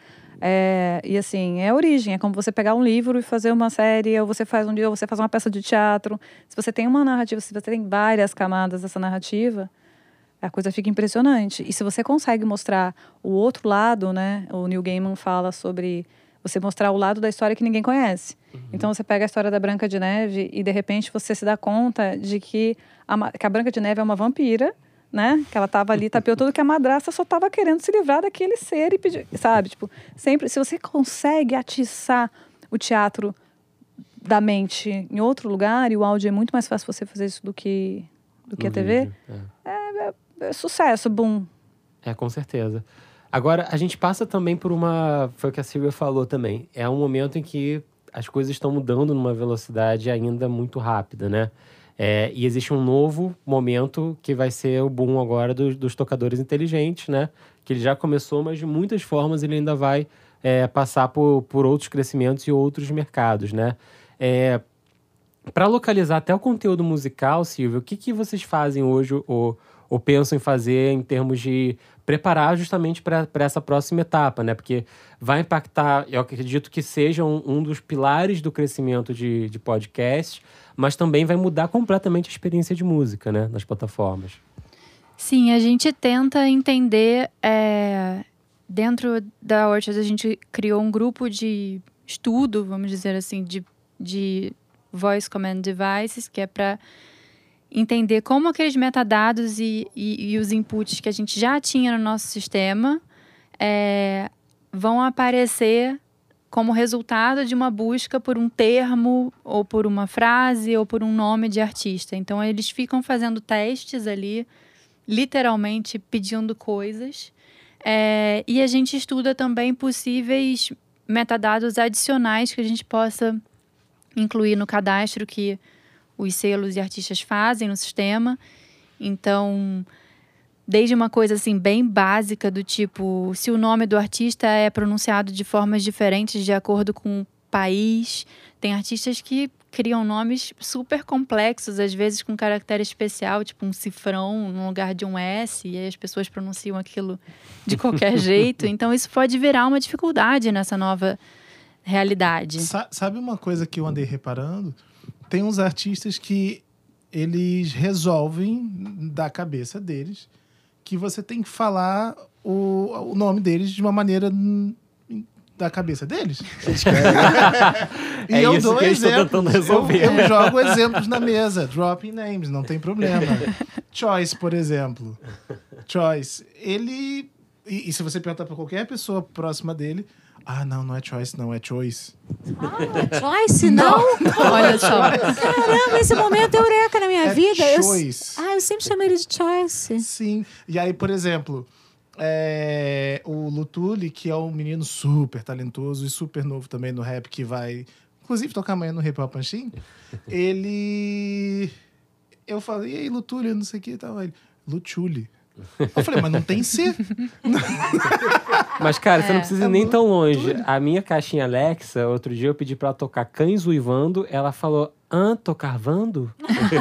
S6: É, e assim, é a origem, é como você pegar um livro e fazer uma série, ou você faz um dia, ou você faz uma peça de teatro. Se você tem uma narrativa, se você tem várias camadas dessa narrativa, a coisa fica impressionante. E se você consegue mostrar o outro lado, né? O Neil Gaiman fala sobre você mostrar o lado da história que ninguém conhece. Uhum. Então você pega a história da Branca de Neve e de repente você se dá conta de que a, que a Branca de Neve é uma vampira, né? Que ela tava ali, tapeou tudo, que a madrasta só tava querendo se livrar daquele ser e pedir, sabe? Tipo, sempre, se você consegue atiçar o teatro da mente em outro lugar, e o áudio é muito mais fácil você fazer isso do que, do que a T V,
S3: vídeo, é.
S6: É, é, é sucesso, boom.
S3: É, com certeza. Agora, a gente passa também por uma... Foi o que a Silvia falou também. É um momento em que as coisas estão mudando numa velocidade ainda muito rápida, né? É, e existe um novo momento que vai ser o boom agora dos, dos tocadores inteligentes, né? Que ele já começou, mas de muitas formas ele ainda vai é, passar por, por outros crescimentos e outros mercados, né? É, para localizar até o conteúdo musical, Silvia, o que, que vocês fazem hoje ou, ou pensam em fazer em termos de preparar justamente para essa próxima etapa, né? Porque vai impactar, eu acredito que seja um, um dos pilares do crescimento de, de podcast, mas também vai mudar completamente a experiência de música, né? Nas plataformas.
S4: Sim, a gente tenta entender... É, dentro da Orchard, a gente criou um grupo de estudo, vamos dizer assim, de, de Voice Command Devices, que é para entender como aqueles metadados e, e, e os inputs que a gente já tinha no nosso sistema é, vão aparecer como resultado de uma busca por um termo, ou por uma frase, ou por um nome de artista. Então, eles ficam fazendo testes ali, literalmente pedindo coisas. É, e a gente estuda também possíveis metadados adicionais que a gente possa incluir no cadastro que os selos e artistas fazem no sistema. Então, desde uma coisa assim bem básica do tipo, se o nome do artista é pronunciado de formas diferentes de acordo com o país. Tem artistas que criam nomes super complexos, às vezes com caractere especial, tipo um cifrão no lugar de um S, e aí as pessoas pronunciam aquilo de qualquer jeito. Então isso pode virar uma dificuldade nessa nova realidade.
S1: Sa- sabe uma coisa que eu andei reparando? Tem uns artistas que eles resolvem da cabeça deles que você tem que falar o, o nome deles de uma maneira da cabeça deles.
S3: E é eu isso dou que exemplos, eles estão tentando resolver.
S1: Eu, eu jogo exemplos na mesa, dropping names, não tem problema. Choice, por exemplo. Choice, ele... E, e se você perguntar para qualquer pessoa próxima dele, ah, não, não é Choice, não, é Choice.
S7: Ah, não é Choice, não? não.
S4: Olha só.
S7: Caramba, esse momento é eureka na minha
S1: é
S7: vida.
S1: Choice.
S7: Eu, ah, eu sempre chamei ele de Choice.
S1: Sim. E aí, por exemplo, é, o Lutuli, que é um menino super talentoso e super novo também no rap, que vai, inclusive, tocar amanhã no Hip Hop Machine, ele... Eu falei, e aí, Lutuli, não sei o que e tal. Ele, Lutuli. Eu falei, mas não tem C.
S3: Mas, cara, você não precisa ir
S1: É
S3: nem tão longe.
S1: Lutuli.
S3: A minha caixinha Alexa, outro dia eu pedi pra ela tocar Cães Uivando. Ela falou, hã, tô carvando?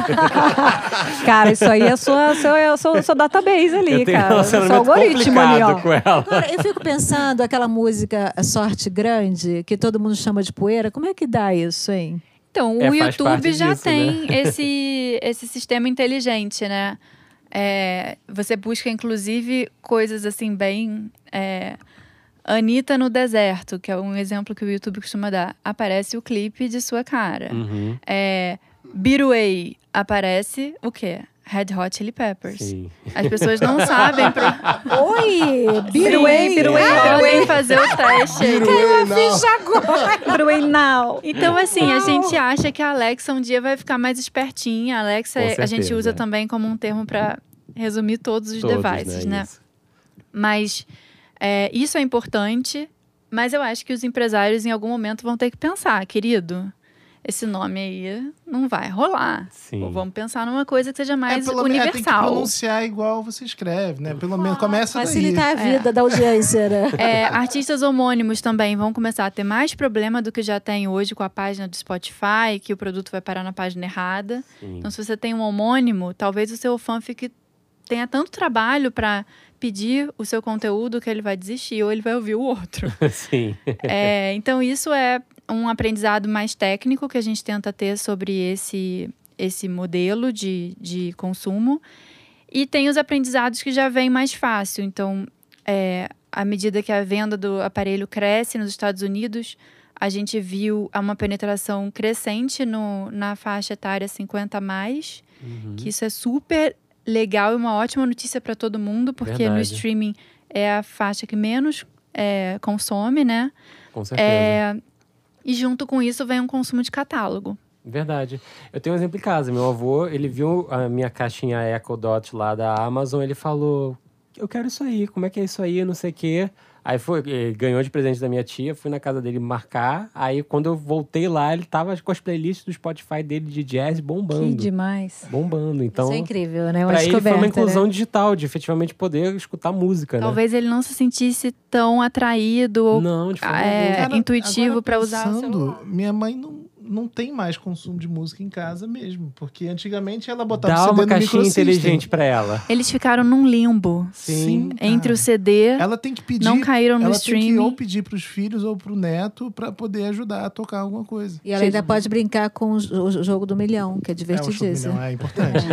S6: Cara, isso aí é sua, seu, é o seu, seu database ali,
S3: Eu tenho um
S6: cara. Seu
S3: relacionamento
S6: algoritmo ali, ó.
S3: complicado com ela.
S7: Agora, eu fico pensando, aquela música Sorte Grande, que todo mundo chama de poeira, como é que dá isso, hein?
S4: Então,
S3: É,
S4: o
S3: faz
S4: YouTube
S3: parte
S4: já
S3: disso,
S4: tem
S3: né?
S4: esse, esse sistema inteligente, né? É, você busca, inclusive, coisas assim bem... É, Anitta no deserto, que é um exemplo que o YouTube costuma dar. Aparece o clipe de sua cara.
S3: Uhum,
S4: É, Beatway, aparece o quê? Red Hot Chili Peppers.
S3: sim.
S4: As pessoas não sabem... Pra...
S7: Oi!
S6: Biruei,
S4: Sim,
S6: biruei,
S4: podem fazer o teste.
S6: Biruei now.
S4: Então, assim, a gente acha que a Alexa um dia vai ficar mais espertinha. A Alexa,
S3: Com
S4: a gente
S3: certeza,
S4: usa
S3: é.
S4: também como um termo para resumir todos os
S3: Todos,
S4: devices, né?
S3: Isso.
S4: Mas é, isso é importante, mas eu acho que os empresários em algum momento vão ter que pensar, querido, esse nome aí não vai rolar.
S3: Sim.
S4: Ou vamos pensar numa coisa que seja
S1: É,
S4: mais
S1: pelo menos, é, tem que
S4: universal.
S1: pronunciar igual você escreve, né? Pelo menos começa daí.
S7: Facilitar a vida da audiência, né?
S4: É, artistas homônimos também vão começar a ter mais problema do que já tem hoje com a página do Spotify, que o produto vai parar na página errada.
S3: Sim.
S4: Então, se você tem um homônimo, talvez o seu fã fique, tenha tanto trabalho para pedir o seu conteúdo que ele vai desistir ou ele vai ouvir o outro.
S3: Sim.
S4: É, então, isso é um aprendizado mais técnico que a gente tenta ter sobre esse, esse modelo de, de consumo. E tem os aprendizados que já vêm mais fácil. Então, é, à medida que a venda do aparelho cresce nos Estados Unidos, a gente viu uma penetração crescente no, na faixa etária cinquenta a mais,
S3: Uhum.
S4: que isso é super legal e uma ótima notícia para todo mundo, porque
S3: Verdade.
S4: no streaming é a faixa que menos é, consome, né?
S3: Com certeza.
S4: É, e junto com isso vem um consumo de catálogo.
S3: Verdade. Eu tenho um exemplo em casa. Meu avô, ele viu a minha caixinha Echo Dot lá da Amazon, ele falou, eu quero isso aí, como é que é isso aí, não sei o quê. Aí foi, ele ganhou de presente da minha tia, fui na casa dele marcar, aí quando eu voltei lá, ele tava com as playlists do Spotify dele de jazz bombando.
S6: Que demais.
S3: Bombando, então...
S7: Isso é incrível, né? Uma
S3: Pra ele foi uma
S7: descoberta,
S3: inclusão
S7: né?
S3: digital, de efetivamente poder escutar música,
S4: Talvez ele não se sentisse tão atraído ou
S3: né? Não, de forma
S4: é,
S3: alguma.
S1: Cara,
S4: intuitivo
S1: agora
S4: para usar o
S1: pensando,
S4: celular.
S1: minha mãe não, não tem mais consumo de música em casa mesmo. Porque antigamente ela botava
S3: Dá
S1: o C D
S3: uma
S1: no
S3: caixinha
S1: microsystem.
S3: inteligente pra ela.
S4: Eles ficaram num limbo
S1: Sim,
S4: entre
S1: cara.
S4: o C D,
S1: Ela tem que pedir.
S4: não caíram no
S1: ela tem que
S4: streaming.
S1: ou pedir pros filhos ou pro neto pra poder ajudar a tocar alguma coisa.
S7: E ela ainda pode brincar com o jo- o jogo do milhão, que é
S1: É, o
S7: divertidíssimo.
S1: milhão é importante.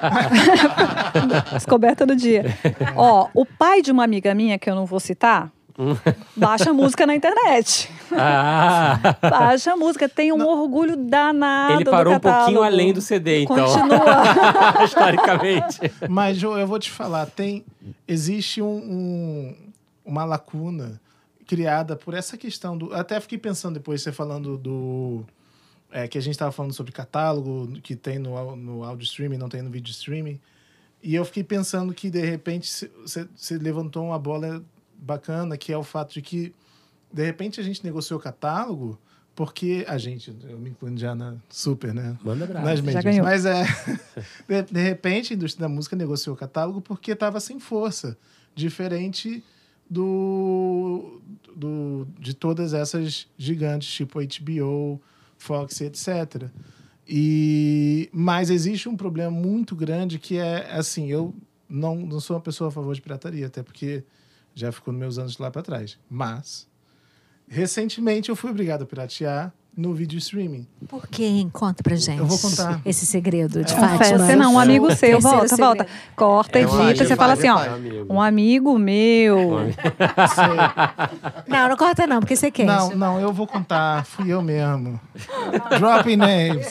S6: Descoberta do dia. Ó, o pai de uma amiga minha, que eu não vou citar, baixa música na internet.
S3: Ah!
S6: Baixa música. Tem um orgulho danado
S3: Ele parou
S6: do
S3: um pouquinho
S6: catálogo.
S3: além do C D, então.
S6: Continua.
S3: Historicamente.
S1: Mas, Jo, eu vou te falar, tem, existe um, um- uma lacuna criada por essa questão do... Até fiquei pensando depois, você falando do... é, que a gente estava falando sobre catálogo, que tem no, au- no áudio streaming, não tem no vídeo streaming. E eu fiquei pensando que, de repente, você você levantou uma bola bacana, que é o fato de que, de repente, a gente negociou o catálogo porque a gente... Eu me incluindo já na super, né?
S3: Manda brasa.
S1: Nas
S6: Já
S1: mídias.
S6: ganhou.
S1: Mas é. De, de repente, a indústria da música negociou o catálogo porque estava sem força. Diferente do, do, de todas essas gigantes, tipo H B O, Fox, etcétera. E, mas existe um problema muito grande que é assim: eu não, não sou uma pessoa a favor de pirataria, até porque já ficou nos meus anos lá para trás. Mas, recentemente, eu fui obrigado a piratear no vídeo streaming.
S7: Por quê? Conta pra gente.
S1: Eu vou contar.
S7: Esse segredo de
S1: É.
S7: Fátima.
S6: Você não, um amigo seu.
S7: Esse é o
S6: Volta,
S7: segredo.
S6: volta. Corta,
S3: É um
S6: edita.
S3: amigo,
S6: Você fala
S5: faz,
S6: assim, ó.
S5: faz.
S3: Amigo.
S6: Um amigo meu.
S7: Não, não corta não, porque você quer.
S1: Não, não, eu vou contar. Fui eu mesmo. Dropping names.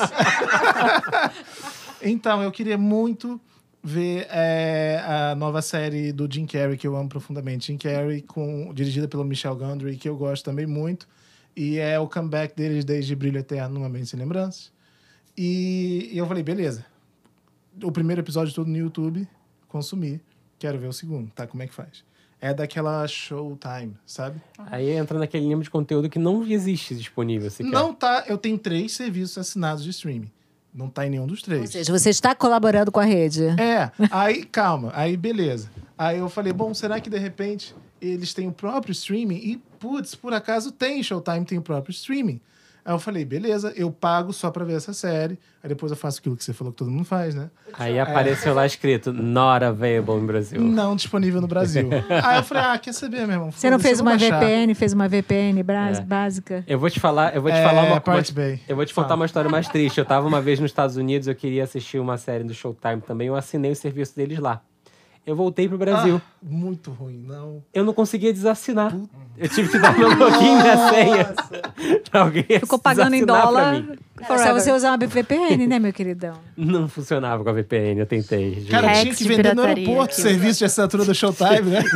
S1: Então, eu queria muito ver é, a nova série do Jim Carrey, que eu amo profundamente. Jim Carrey, com, dirigida pelo Michel Gondry, que eu gosto também muito. E é o comeback deles desde Brilho Eterno, Uma Mente Sem Lembranças. E, e eu falei, beleza. O primeiro episódio todo no YouTube, consumi. Quero ver o segundo, tá? Como é que faz? é daquela Showtime, sabe?
S3: Aí entra naquele nível de conteúdo que não existe disponível sequer.
S1: Não tá... Eu tenho três serviços assinados de streaming. Não tá em nenhum dos três.
S7: Ou seja, você está colaborando com a rede.
S1: É, aí, calma, aí beleza. Aí eu falei, bom, será que de repente eles têm o próprio streaming? E, putz, por acaso tem, Showtime tem o próprio streaming. Aí eu falei, beleza, eu pago só pra ver essa série. Aí depois eu faço aquilo que você falou que todo mundo faz, né?
S3: Aí apareceu lá escrito, not available in Brasil.
S1: Não disponível no Brasil. Aí eu falei, ah, quer saber, meu irmão?
S7: Você não fez
S1: eu vou
S7: uma
S1: baixar.
S7: V P N, fez uma V P N bras-
S3: É.
S7: básica?
S3: Eu vou te falar, eu vou te
S1: É,
S3: falar uma
S1: Pirate
S3: coisa.
S1: Bay.
S3: Eu vou te contar
S1: Fala.
S3: uma história mais triste. Eu tava uma vez nos Estados Unidos, eu queria assistir uma série do Showtime também, eu assinei o serviço deles lá. Eu voltei pro Brasil.
S1: Ah, muito ruim, não.
S3: Eu não conseguia desassinar. Eu tive que dar meu login e minha senha pra alguém
S6: Ficou pagando em
S3: desassinar pra
S6: dólar.
S3: mim.
S7: É só
S6: Forever.
S7: você usar uma V P N, né, meu queridão?
S3: Não funcionava com a V P N, eu tentei. juro.
S1: Cara,
S4: Hacks
S1: tinha que
S4: de
S1: vender no
S4: pirataria.
S1: aeroporto o serviço de assinatura do Showtime, né?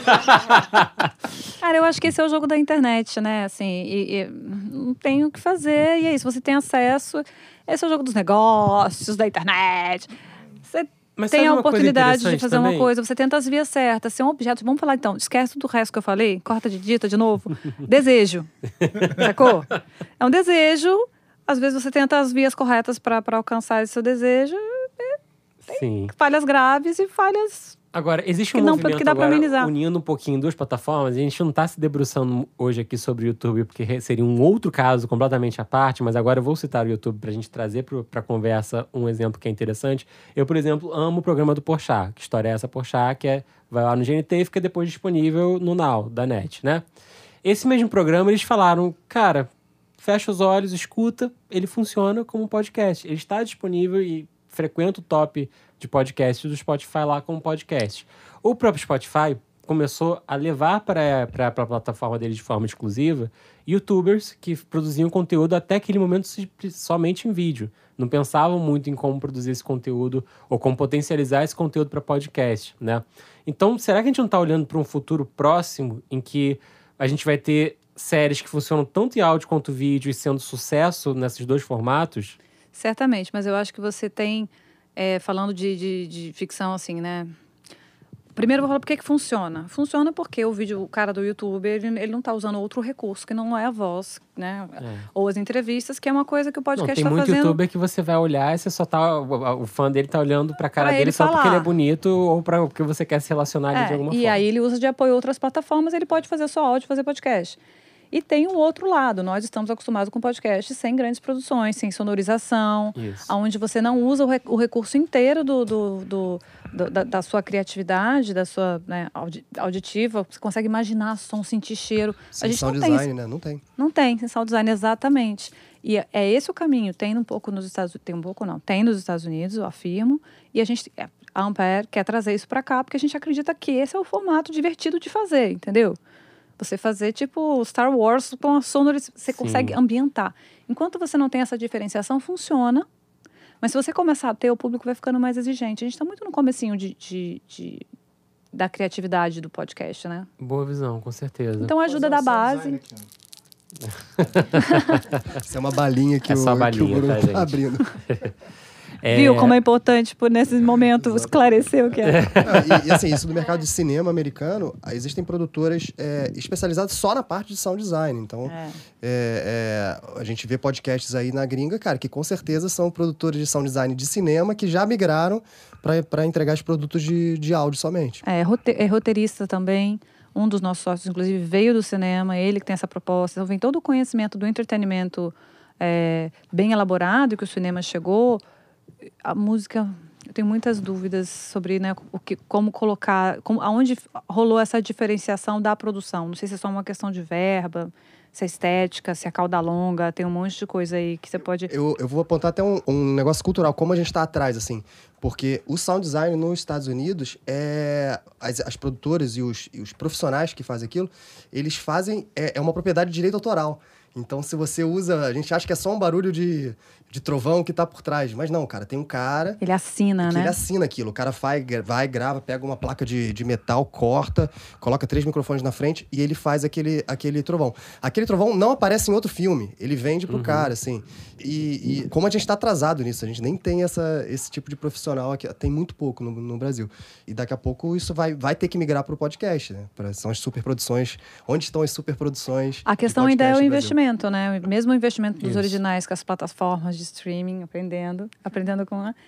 S6: Cara, eu acho que esse é o jogo da internet, né? Assim, e, e não tem o que fazer, e é isso. Você tem acesso. Esse é o jogo dos negócios, da internet. Você
S3: Mas
S6: tem
S3: sabe
S6: a
S3: uma coisa
S6: oportunidade de
S3: interessante
S6: fazer
S3: também?
S6: uma coisa, você tenta as vias certas, ser um objeto. Vamos falar então, esquece do resto que eu falei, corta de dita de novo. Desejo. Sacou? É um desejo. Às vezes você tenta as vias corretas para alcançar esse seu desejo.
S3: Sim.
S6: Falhas graves e falhas.
S3: Agora, existe um
S6: Que não,
S3: movimento
S6: que dá pra
S3: agora
S6: amenizar.
S3: unindo um pouquinho duas plataformas. A gente não tá se debruçando hoje aqui sobre o YouTube, porque re- seria um outro caso completamente à parte, mas agora eu vou citar o YouTube pra gente trazer pro, pra conversa um exemplo que é interessante. Eu, por exemplo, amo o programa do Porchat. Que história é essa, Porchat? Que é, vai lá no G N T e fica depois disponível no Now, da Net, né? Esse mesmo programa, eles falaram, cara, fecha os olhos, escuta, ele funciona como um podcast. Ele está disponível e frequenta o top de podcast do Spotify lá como podcast. O próprio Spotify começou a levar para a plataforma dele de forma exclusiva youtubers que produziam conteúdo até aquele momento somente em vídeo. Não pensavam muito em como produzir esse conteúdo ou como potencializar esse conteúdo para podcast, né? Então, será que a gente não está olhando para um futuro próximo em que a gente vai ter séries que funcionam tanto em áudio quanto vídeo e sendo sucesso nesses dois formatos?
S6: Certamente, mas eu acho que você tem, é, falando de, de, de ficção, assim, né? Primeiro eu vou falar por que que funciona. Funciona porque o vídeo, o cara do YouTube, ele, ele não está usando outro recurso, que não é a voz, né?
S3: É.
S6: Ou as entrevistas, que é uma coisa que o
S3: Não,
S6: podcast
S3: tem
S6: está
S3: muito
S6: fazendo.
S3: youtuber que você vai olhar e você só tá. O, o fã dele tá olhando pra cara
S6: Pra
S3: dele
S6: ele
S3: só porque
S6: falar.
S3: ele é bonito ou pra, porque você quer se relacionar ali
S6: É,
S3: de alguma
S6: e
S3: forma.
S6: aí ele usa de apoio a outras plataformas, ele pode fazer só áudio, fazer podcast. E tem um outro lado, nós estamos acostumados com podcast sem grandes produções, sem sonorização,
S3: Isso.
S6: onde você não usa o, re- o recurso inteiro do, do, do- do- da, da sua criatividade, da sua, né, audi- auditiva, você consegue imaginar som, sentir cheiro. A
S5: Sem
S6: gente
S5: sound
S6: não tem
S5: design,
S6: isso.
S5: né? Não tem.
S6: Não tem, sem sound design, exatamente. E é- é esse o caminho. Tem um pouco nos Estados Unidos, tem um pouco não, tem nos Estados Unidos, eu afirmo, e a gente, a Ampere quer trazer isso para cá, porque a gente acredita que esse é o formato divertido de fazer, entendeu? Você fazer tipo Star Wars com a sonorização, você
S3: Sim.
S6: consegue ambientar. Enquanto você não tem essa diferenciação, funciona. Mas se você começar a ter, o público vai ficando mais exigente. A gente está muito no comecinho de, de, de- da criatividade do podcast, né?
S3: Boa visão, com certeza.
S6: Então ajuda da base.
S5: Isso é uma balinha que,
S3: É
S5: o,
S3: só balinha,
S5: que o Bruno
S3: tá,
S5: tá,
S3: gente?
S5: abrindo.
S3: É,
S6: Viu como é importante, por, nesse momento, esclarecer o que é.
S5: Não, e, e assim, isso do mercado de cinema americano, ah, existem produtoras é, especializadas só na parte de sound design. Então,
S6: É.
S5: é, é, a gente vê podcasts aí na gringa, cara, que com certeza são produtores de sound design de cinema que já migraram para entregar os produtos de, de áudio somente.
S6: É, rote- é roteirista também. Um dos nossos sócios, inclusive, veio do cinema, ele que tem essa proposta. Então, vem todo o conhecimento do entretenimento é, bem elaborado que o cinema chegou. A música, eu tenho muitas dúvidas sobre, né, o que, como colocar, como, aonde rolou essa diferenciação da produção. Não sei se é só uma questão de verba, se é estética, se é cauda longa, tem um monte de coisa aí que você pode...
S5: Eu, eu vou apontar até um, um negócio cultural, como a gente está atrás, assim. Porque o sound design nos Estados Unidos, é, as, as produtoras e os, e os profissionais que fazem aquilo, eles fazem... É, é uma propriedade de direito autoral. Então, se você usa... A gente acha que é só um barulho de, de trovão que tá por trás. Mas não, cara. Tem um cara...
S6: Ele assina,
S5: que
S6: né?
S5: Ele assina aquilo. O cara vai, vai grava, pega uma placa de, de metal, corta, coloca três microfones na frente e ele faz aquele, aquele trovão. Aquele trovão não aparece em outro filme. Ele vende pro uhum. cara, assim. E, e como a gente tá atrasado nisso, a gente nem tem essa, esse tipo de profissional aqui. Tem muito pouco no, no Brasil. E daqui a pouco isso vai, vai ter que migrar pro podcast, né? Pra, são as superproduções. Onde estão as superproduções?
S6: A questão ainda é o investimento, né? Mesmo o investimento dos Isso. originais com as plataformas de streaming, aprendendo, aprendendo com a...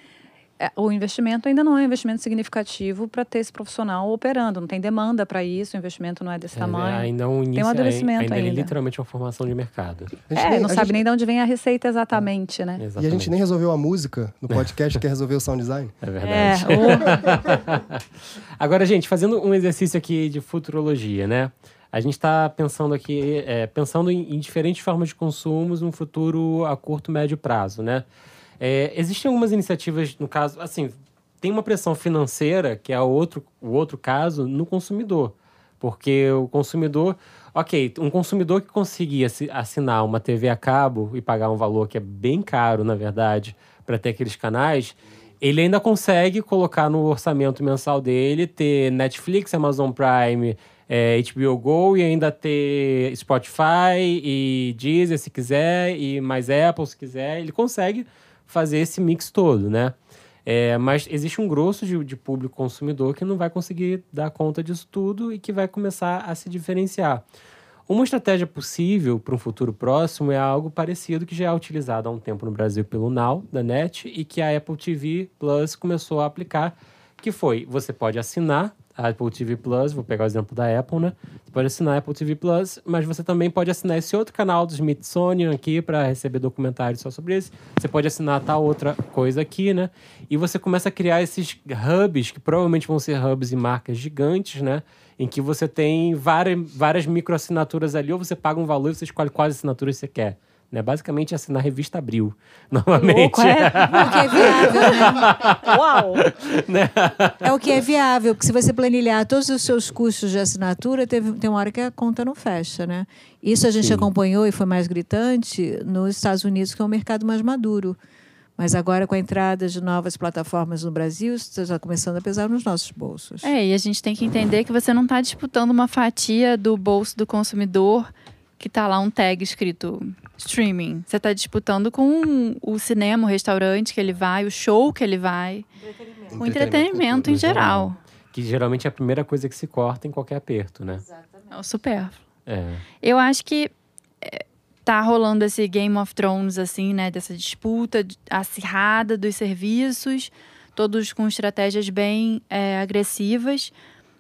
S6: O investimento ainda não é um investimento significativo para ter esse profissional operando. Não tem demanda para isso, o investimento não é desse
S3: é,
S6: tamanho.
S3: Ainda um início,
S6: tem um amadurecimento
S3: ainda.
S6: ainda.
S3: É literalmente uma formação de mercado.
S6: É,
S5: nem,
S6: não sabe
S5: gente...
S6: nem de onde vem a receita exatamente, né?
S3: Exatamente.
S5: E a gente nem resolveu a música no podcast, quer resolver o sound design.
S3: É verdade.
S6: É, o...
S3: Agora, gente, fazendo um exercício aqui de futurologia, né? A gente está pensando aqui, é, pensando em, em diferentes formas de consumos no futuro a curto, médio prazo, né? É, existem algumas iniciativas, no caso, assim, tem uma pressão financeira, que é o outro, o outro caso, no consumidor. Porque o consumidor... Ok, um consumidor que conseguia assinar uma T V a cabo e pagar um valor que é bem caro, na verdade, para ter aqueles canais, ele ainda consegue colocar no orçamento mensal dele, ter Netflix, Amazon Prime, é, H B O Go e ainda ter Spotify e Deezer, se quiser, e mais Apple, se quiser. Ele consegue fazer esse mix todo, né? É, mas existe um grosso de, de público consumidor que não vai conseguir dar conta disso tudo e que vai começar a se diferenciar. Uma estratégia possível para um futuro próximo é algo parecido que já é utilizado há um tempo no Brasil pelo Now, da Net, e que a Apple T V Plus começou a aplicar, que foi, você pode assinar a Apple T V Plus, vou pegar o exemplo da Apple, né? Você pode assinar a Apple T V Plus, mas você também pode assinar esse outro canal do Smithsonian aqui para receber documentários só sobre isso. Você pode assinar tal outra coisa aqui, né? E você começa a criar esses hubs, que provavelmente vão ser hubs e marcas gigantes, né? Em que você tem várias, várias microassinaturas ali, ou você paga um valor e você escolhe quais assinaturas você quer. Né? Basicamente, assinar a revista Abril, normalmente.
S6: Louco, é?
S7: O que é viável, né?
S6: Uau!
S3: Né?
S7: É o que é viável, porque se você planilhar todos os seus custos de assinatura, teve, tem uma hora que a conta não fecha, né? Isso a gente Sim. acompanhou e foi mais gritante nos Estados Unidos, que é um mercado mais maduro. Mas agora, com a entrada de novas plataformas no Brasil, isso está começando a pesar nos nossos bolsos.
S4: É, e a gente tem que entender que você não está disputando uma fatia do bolso do consumidor que está lá um tag escrito streaming. Você está disputando com o cinema, o restaurante que ele vai, o show que ele vai.
S5: Entretenimento.
S4: O entretenimento em geral.
S3: Que geralmente é a primeira coisa que se corta em qualquer aperto, né?
S4: Exatamente. É o supérfluo.
S3: É.
S4: Eu acho que é, tá rolando esse Game of Thrones, assim, né? Dessa disputa acirrada dos serviços, todos com estratégias bem é, agressivas.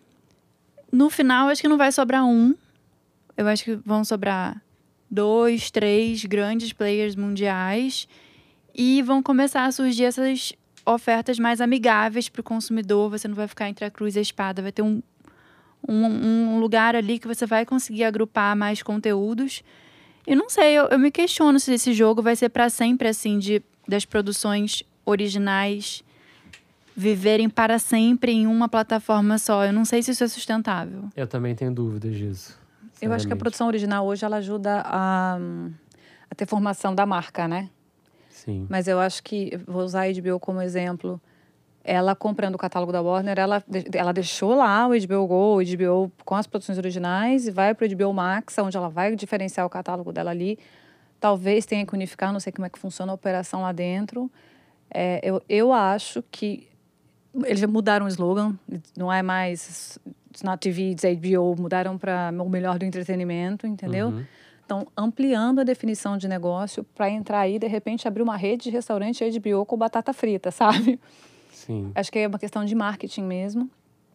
S4: No final, acho que não vai sobrar um. Eu acho que vão sobrar dois, três grandes players mundiais e vão começar a surgir essas ofertas mais amigáveis para o consumidor. Você não vai ficar entre a cruz e a espada. Vai ter um, um, um lugar ali que você vai conseguir agrupar mais conteúdos. E não sei, eu, eu me questiono se esse jogo vai ser para sempre assim, de, das produções originais viverem para sempre em uma plataforma só. Eu não sei se isso é sustentável.
S3: Eu também tenho dúvidas disso.
S6: Eu acho que a produção original hoje ela ajuda a, a ter formação da marca, né?
S3: Sim.
S6: Mas eu acho que, vou usar a H B O como exemplo, ela comprando o catálogo da Warner, ela, ela deixou lá o H B O Go, o H B O com as produções originais e vai para o H B O Max, onde ela vai diferenciar o catálogo dela ali. Talvez tenha que unificar, não sei como é que funciona a operação lá dentro. É, eu, eu acho que eles já mudaram o slogan, não é mais... It's not T V, it's H B O, mudaram para o melhor do entretenimento, entendeu?
S3: Uhum.
S6: Então, ampliando a definição de negócio para entrar aí, de repente, abrir uma rede de restaurante H B O com batata frita, sabe?
S3: Sim.
S6: Acho que é uma questão de marketing mesmo.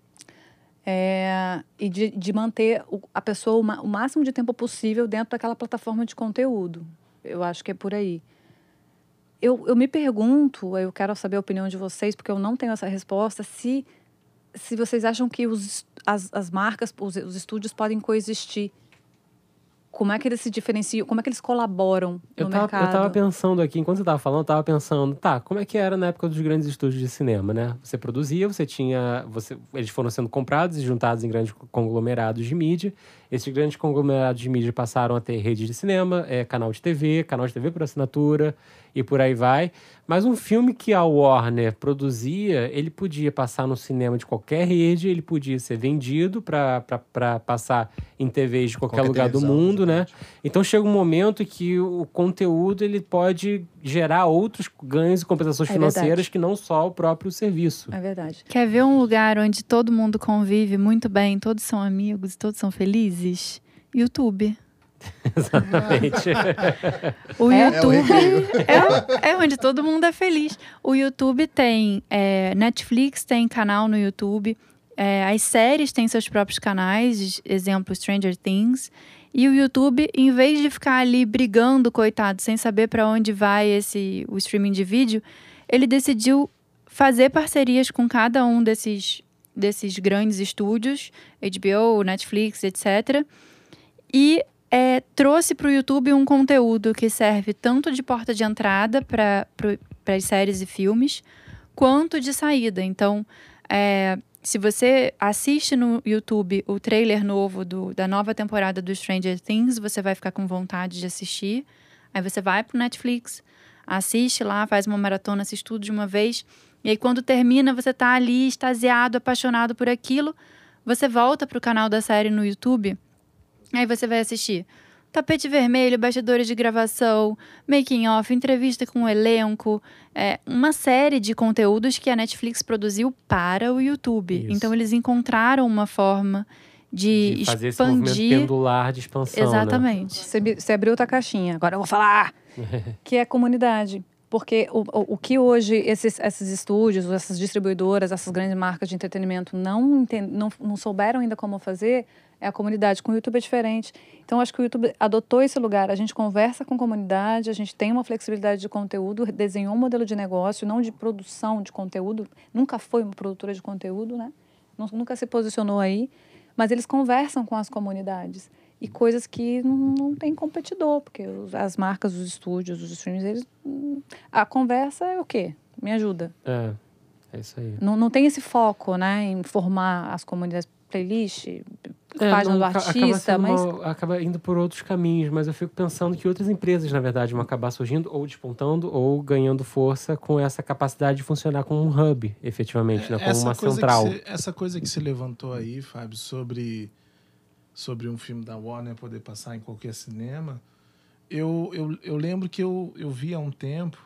S6: É, e de, de manter o, a pessoa o, ma, o máximo de tempo possível dentro daquela plataforma de conteúdo. Eu acho que é por aí. Eu, eu me pergunto, eu quero saber a opinião de vocês, porque eu não tenho essa resposta, se... se vocês acham que os, as, as marcas, os, os estúdios podem coexistir Como é que eles se diferenciam? Como é que eles colaboram
S3: Eu
S6: no
S3: tava,
S6: mercado?
S3: eu tava pensando aqui, enquanto você tava falando, eu tava pensando, tá, como é que era na época dos grandes estúdios de cinema, né? Você produzia, você tinha... Você, eles foram sendo comprados e juntados em grandes conglomerados de mídia. Esses grandes conglomerados de mídia passaram a ter redes de cinema, é, canal de T V, canal de T V por assinatura e por aí vai. Mas um filme que a Warner produzia, ele podia passar no cinema de qualquer rede, ele podia ser vendido para passar em T Vs de qualquer, qualquer lugar do mundo, né? Então chega um momento que o conteúdo ele pode gerar outros ganhos e compensações
S6: É
S3: financeiras
S6: verdade.
S3: que não só o próprio serviço.
S6: É verdade.
S4: Quer ver um lugar onde todo mundo convive muito bem, todos são amigos, todos são felizes? YouTube.
S3: Exatamente.
S4: O
S6: É,
S4: YouTube
S5: é
S4: é, é onde todo mundo é feliz. O YouTube tem... é, Netflix tem canal no YouTube. É, as séries têm seus próprios canais. Exemplo, Stranger Things. E o YouTube, em vez de ficar ali brigando, coitado, sem saber para onde vai esse, o streaming de vídeo, ele decidiu fazer parcerias com cada um desses, desses grandes estúdios, H B O, Netflix, etcétera. E é, trouxe para o YouTube um conteúdo que serve tanto de porta de entrada para as séries e filmes, quanto de saída. Então, é, se você assiste no YouTube o trailer novo do, da nova temporada do Stranger Things, você vai ficar com vontade de assistir. Aí você vai pro Netflix, assiste lá, faz uma maratona, assiste tudo de uma vez. E aí, quando termina, você tá ali extasiado, apaixonado por aquilo. Você volta pro canal da série no YouTube. Aí você vai assistir Tapete Vermelho, bastidores de gravação, making of, entrevista com o elenco, é, uma série de conteúdos que a Netflix produziu para o YouTube.
S3: Isso.
S4: Então eles encontraram uma forma de,
S3: de fazer esse movimento
S4: expandir.
S3: pendular de expansão,
S4: Exatamente.
S6: Você, você abriu outra caixinha. Agora eu vou falar. Que é comunidade. Porque o, o, o que hoje esses, esses estúdios, essas distribuidoras, essas grandes marcas de entretenimento não, entend, não, não souberam ainda como fazer é a comunidade. Com o YouTube é diferente. Então, acho que o YouTube adotou esse lugar. A gente conversa com a comunidade, a gente tem uma flexibilidade de conteúdo, desenhou um modelo de negócio, não de produção de conteúdo. Nunca foi uma produtora de conteúdo, né? Nunca se posicionou aí. Mas eles conversam com as comunidades. E coisas que não, não tem competidor, porque os, as marcas, os estúdios, os streams, eles... A conversa é o quê? Me ajuda.
S3: É, é isso aí.
S6: Não, não tem esse foco, né, em formar as comunidades, playlist,
S3: É,
S6: página
S3: não,
S6: do
S3: acaba
S6: artista,
S3: sendo
S6: mas...
S3: uma- acaba indo por outros caminhos, mas eu fico pensando que outras empresas, na verdade, vão acabar surgindo ou despontando ou ganhando força com essa capacidade de funcionar como um hub, efetivamente, né? Como
S1: Essa
S3: uma
S1: coisa
S3: central.
S1: que você- essa coisa que se levantou aí, Fábio, sobre, sobre um filme da Warner poder passar em qualquer cinema, eu, eu, eu lembro que eu, eu vi há um tempo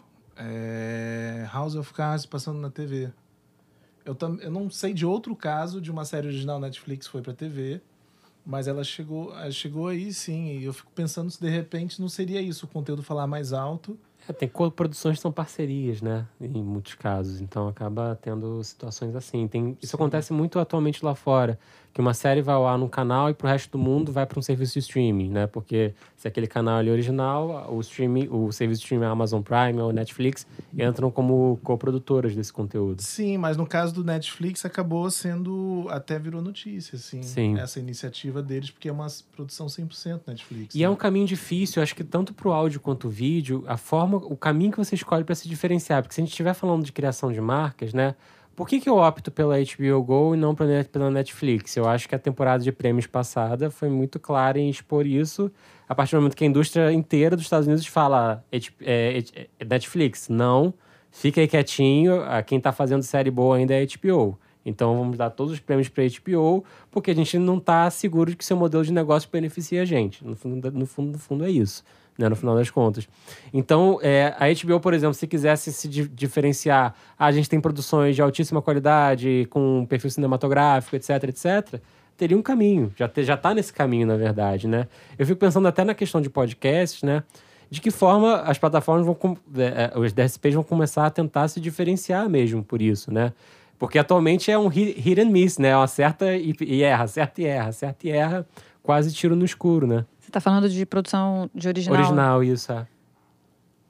S1: é, House of Cards passando na T V. Eu, tam, eu não sei de outro caso de uma série original Netflix foi pra T V, mas ela chegou, ela chegou aí sim, e eu fico pensando se de repente não seria isso, o conteúdo falar mais alto.
S3: É, tem co-produções que são parcerias, né? Em muitos casos. Então acaba tendo situações assim. Tem, isso acontece muito atualmente lá fora. Que uma série vai ao ar num canal e pro resto do mundo vai para um serviço de streaming, né? Porque se aquele canal ali é original, o streaming, o serviço de streaming, a Amazon Prime ou Netflix, entram como coprodutoras desse conteúdo.
S1: Sim, mas no caso do Netflix acabou sendo, até virou notícia, assim,
S3: Sim.
S1: essa iniciativa deles, porque é uma produção cem por cento Netflix.
S3: E
S1: né?
S3: é um caminho difícil, eu acho que tanto pro áudio quanto o vídeo, a forma, o caminho que você escolhe para se diferenciar. Porque se a gente estiver falando de criação de marcas, né? Por que que eu opto pela H B O Go e não pra- pela Netflix? Eu acho que a temporada de prêmios passada foi muito clara em expor isso. A partir do momento que a indústria inteira dos Estados Unidos fala é, é, é Netflix, não, fica aí quietinho, a- quem tá fazendo série boa ainda é a H B O. Então vamos dar todos os prêmios para H B O, porque a gente não tá seguro de que seu modelo de negócio beneficie a gente. No fundo, no fundo, no fundo é isso. Né, no final das contas. Então, é, a H B O, por exemplo, se quisesse se di- diferenciar, ah, a gente tem produções de altíssima qualidade, com perfil cinematográfico, etc, etcétera, teria um caminho. Já, te, já tá nesse caminho, na verdade, né? Eu fico pensando até na questão de podcasts, né? De que forma as plataformas vão... com- é, é, os D S Ps vão começar a tentar se diferenciar mesmo por isso, né? Porque atualmente é um hit, hit and miss, né? Uma certa e, e erra, acerta e erra, acerta e erra, quase tiro no escuro, né?
S6: Você está falando de produção de original?
S3: Original, isso, é.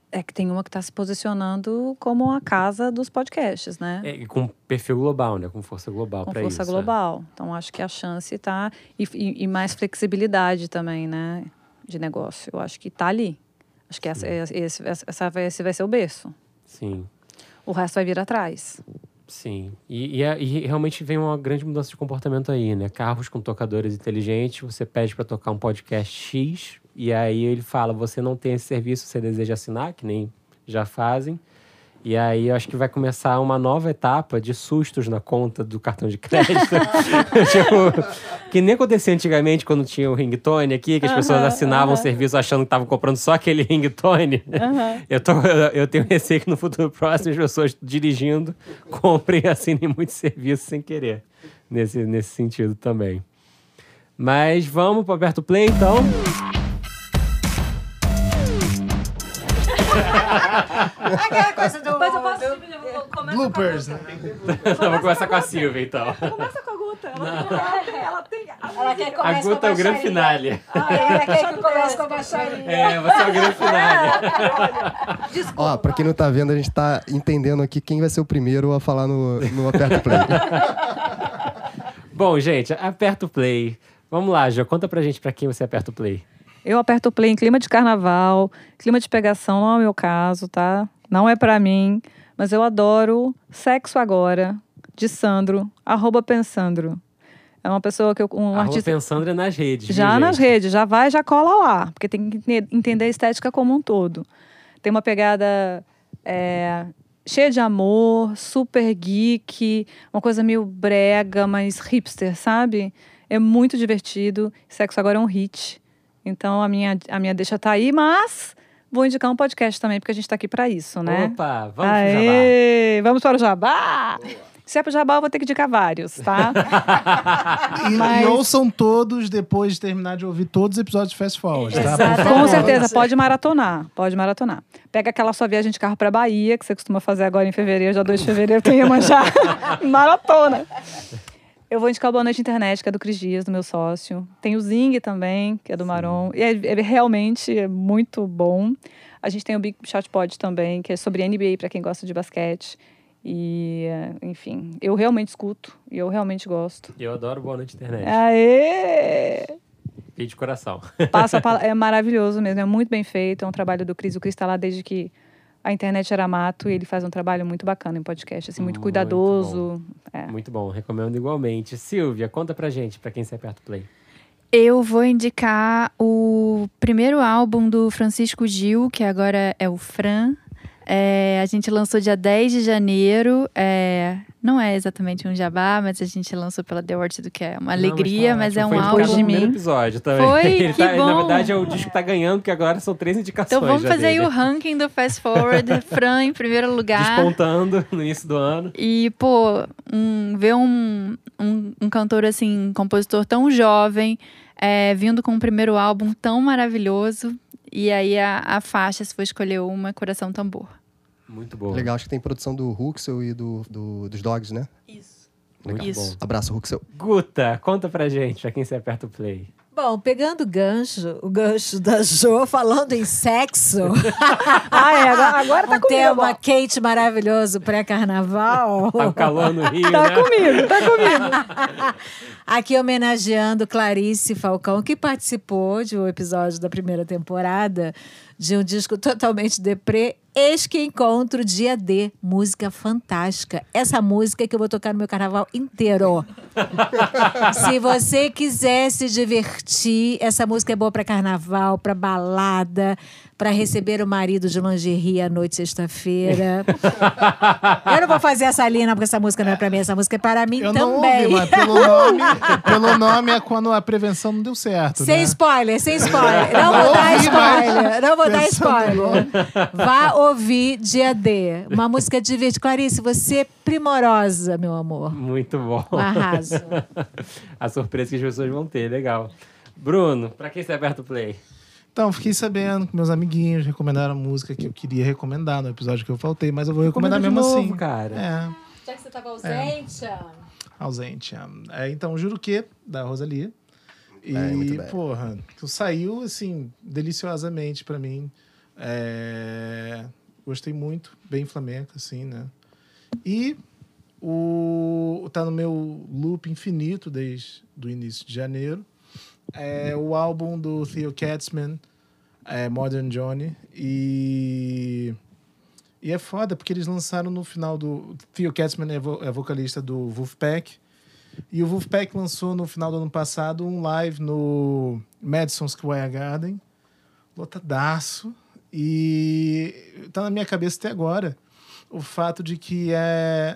S6: É que tem uma que está se posicionando como a casa dos podcasts, né?
S3: É, com perfil global, né? Com força global
S6: Com
S3: para isso.
S6: força global. É. Então, acho que a chance está... E, e, e mais flexibilidade também, né? De negócio. Eu acho que está ali. Acho que essa, esse, essa, esse vai ser o berço.
S3: Sim.
S6: O resto vai vir atrás.
S3: Sim. E, e, e realmente vem uma grande mudança de comportamento aí, né? Carros com tocadores inteligentes. Você pede para tocar um podcast X... E aí ele fala, você não tem esse serviço, você deseja assinar, que nem já fazem. E aí eu acho que vai começar uma nova etapa de sustos na conta do cartão de crédito. Tipo, que nem acontecia antigamente quando tinha o ringtone aqui, que as uh-huh, pessoas assinavam o uh-huh. serviço achando que estavam comprando só aquele ringtone. Uh-huh. Eu, tô, eu, eu tenho receio que no futuro próximo as pessoas dirigindo comprem e assinem muitos serviços sem querer. Nesse, nesse sentido também. Mas vamos para o Aperto Play, então.
S7: Aquela coisa do...
S6: Mas eu posso... Do...
S1: Bloopers, né?
S3: Vamos começar com a Silvia, então.
S6: Começa com a Guta. Ela tem... Ela tem...
S7: Ela quer que
S3: a Guta é o grande finale.
S7: Ah, ela quer que comece com a baixaria.
S3: É, você é o grande finale.
S5: Desculpa. Ó, pra quem não tá vendo, a gente tá entendendo aqui quem vai ser o primeiro a falar no, no Aperto Play.
S3: Bom, gente, aperta o play. Vamos lá, Jo, conta pra gente pra quem você aperta o play.
S6: Eu aperto o play em clima de carnaval, clima de pegação, não é o meu caso, tá? Não é pra mim, mas eu adoro Sexo Agora, de Sandro, arroba Pensandro. É uma pessoa que eu... Um
S3: arroba
S6: artista...
S3: Pensandro é nas redes,
S6: Já
S3: viu,
S6: nas
S3: gente?
S6: redes, já vai, já cola lá, porque tem que entender a estética como um todo. Tem uma pegada é, cheia de amor, super geek, uma coisa meio brega, mas hipster, sabe? É muito divertido, Sexo Agora é um hit. Então, a minha, a minha deixa tá aí, mas vou indicar um podcast também, porque a gente tá aqui pra isso, né?
S3: Opa, vamos
S6: Aê,
S3: pro jabá.
S6: Vamos para o jabá! Se é pro jabá, eu vou ter que indicar vários, tá?
S1: E,
S6: Mas...
S1: e ouçam todos depois de terminar de ouvir todos os episódios de Fast Forward, tá?
S7: Exatamente.
S6: Com certeza, pode maratonar, pode maratonar. Pega aquela sua viagem de carro pra Bahia, que você costuma fazer agora em fevereiro, já dois de fevereiro, tem Iemanjá. Maratona! Eu vou indicar o Boa Noite Internet, que é do Cris Dias, do meu sócio. Tem o Zing também, que é do Maron. E é, é realmente é muito bom. A gente tem o Big Shot Pod também, que é sobre N B A para quem gosta de basquete. E, enfim, eu realmente escuto e eu realmente gosto.
S3: Eu adoro Boa Noite Internet.
S6: Aê!
S3: E de coração.
S6: Passa a pala- é maravilhoso mesmo, é muito bem feito. É um trabalho do Cris. O Cris está lá desde que a internet era mato e ele faz um trabalho muito bacana em podcast, assim, muito, muito cuidadoso.
S3: Bom.
S6: É.
S3: Muito bom, recomendo igualmente. Silvia, conta pra gente, pra quem você aperta o play.
S4: Eu vou indicar o primeiro álbum do Francisco Gil, que agora é o Fran. É, a gente lançou dia dez de janeiro. É, não é exatamente um jabá, mas a gente lançou pela The Word, que é uma alegria,
S3: não, mas, tá
S4: mas é um
S3: foi
S4: álbum.
S3: Foi no primeiro episódio também.
S4: Foi,
S3: Ele
S4: que
S3: tá,
S4: bom.
S3: Na verdade, é o disco que tá ganhando, porque agora são três indicações.
S4: Então vamos fazer
S3: dele.
S4: aí o ranking do Fast Forward. Fran em primeiro lugar.
S3: Despontando no início do ano.
S4: E, pô, um, ver um, um, um cantor assim, um compositor tão jovem, é, vindo com um primeiro álbum tão maravilhoso. E aí a, a faixa, se for escolher uma, Coração Tambor.
S3: Muito boa.
S5: Legal, acho que tem produção do Huxel e do, do, dos Dogs, né?
S4: Isso.
S3: Muito
S4: Isso.
S3: bom.
S5: Abraço, Huxel.
S3: Guta, conta pra gente, pra quem você aperta o play.
S7: Bom, pegando o gancho, o gancho da Jo, falando em sexo.
S6: Ah, é, agora, agora tá
S7: um
S6: comigo.
S7: tema quente, maravilhoso, pré-carnaval.
S3: Tá o calor no Rio,
S6: Tá
S3: né?
S6: comigo, tá comigo.
S7: Aqui homenageando Clarice Falcão, que participou de um episódio da primeira temporada de um disco totalmente deprê. Eis que encontro Dia D, música fantástica. Essa música que eu vou tocar no meu carnaval inteiro. Se você quiser se divertir, essa música é boa para carnaval, para balada, para receber o marido de lingerie à noite sexta-feira. Eu não vou fazer essa linha, porque essa música não é para mim, essa música é para mim
S1: Eu
S7: também.
S1: não ouvi, mas pelo nome, pelo nome é quando a prevenção não deu certo,
S7: Sem
S1: né?
S7: spoiler, sem spoiler. Não
S1: Não
S7: vou dar
S1: ouvi,
S7: spoiler. Não vou dar
S1: pensando
S7: spoiler. Vá ouvir Dia D. Uma música divertida. Clarice, você é primorosa, meu amor.
S3: Muito bom.
S7: Um arraso.
S3: A surpresa que as pessoas vão ter, legal. Bruno, pra quem você aperta o play?
S1: Então, fiquei sabendo que meus amiguinhos recomendaram a música que eu queria recomendar no episódio que eu faltei, mas eu vou recomendar
S3: Recomenda de
S1: mesmo
S3: novo,
S1: assim.
S3: cara.
S1: É,
S7: Já que você estava ausente.
S1: ausente. É, então, Juro Que, da Rosalia. E,
S5: É, muito bem.
S1: porra, que saiu, assim, deliciosamente pra mim. É, gostei muito, bem flamenco, assim, né? E o tá no meu loop infinito desde o início de janeiro. É o álbum do Theo Katzman, é Modern Johnny. E, e é foda, porque eles lançaram no final do... Theo Katzman é, vo, é vocalista do Wolfpack. E o Wolfpack lançou no final do ano passado um live no Madison Square Garden. Lotadaço. E tá na minha cabeça até agora o fato de que é,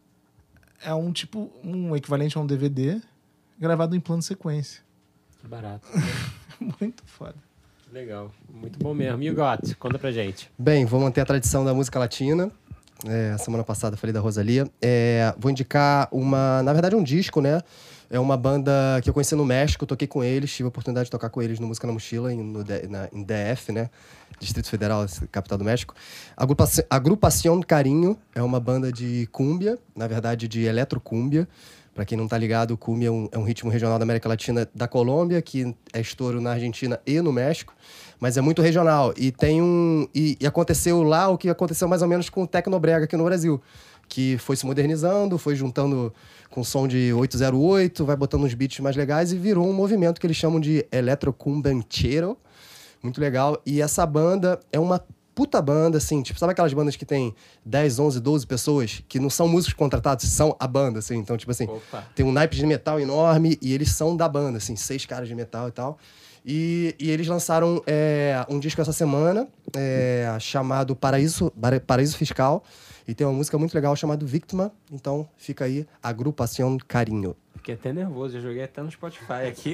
S1: é um tipo, um equivalente a um D V D gravado em plano sequência.
S3: Barato.
S1: Muito foda.
S3: Legal. Muito bom mesmo. You Got, conta pra gente.
S5: Bem, vou manter a tradição da música latina. É, semana passada eu falei da Rosalía. É, vou indicar uma, na verdade um disco, né? É uma banda que eu conheci no México, toquei com eles, tive a oportunidade de tocar com eles no Música na Mochila, em, no, na, em D F, né? Distrito Federal, capital do México. Agrupação, Agrupación Carinho é uma banda de cúmbia, na verdade de eletrocúmbia. Para quem não tá ligado, o cúmbia é um, é um ritmo regional da América Latina, da Colômbia, que é estouro na Argentina e no México, mas é muito regional. E tem um e, e aconteceu lá o que aconteceu mais ou menos com o Tecnobrega aqui no Brasil, que foi se modernizando, foi juntando com som de oito zero oito, vai botando uns beats mais legais e virou um movimento que eles chamam de electrocumbanchero. Muito legal. E essa banda é uma puta banda, assim, tipo, sabe aquelas bandas que tem dez, onze, doze pessoas que não são músicos contratados, são a banda, assim. Então, tipo assim, Opa. tem um naipe de metal enorme e eles são da banda, assim, seis caras de metal e tal. E, e eles lançaram é, um disco essa semana é, chamado Paraíso, Paraíso Fiscal. E tem uma música muito legal chamada Víctima. Então, fica aí, Agrupación Carinho.
S3: Fiquei até nervoso, eu joguei até no Spotify aqui.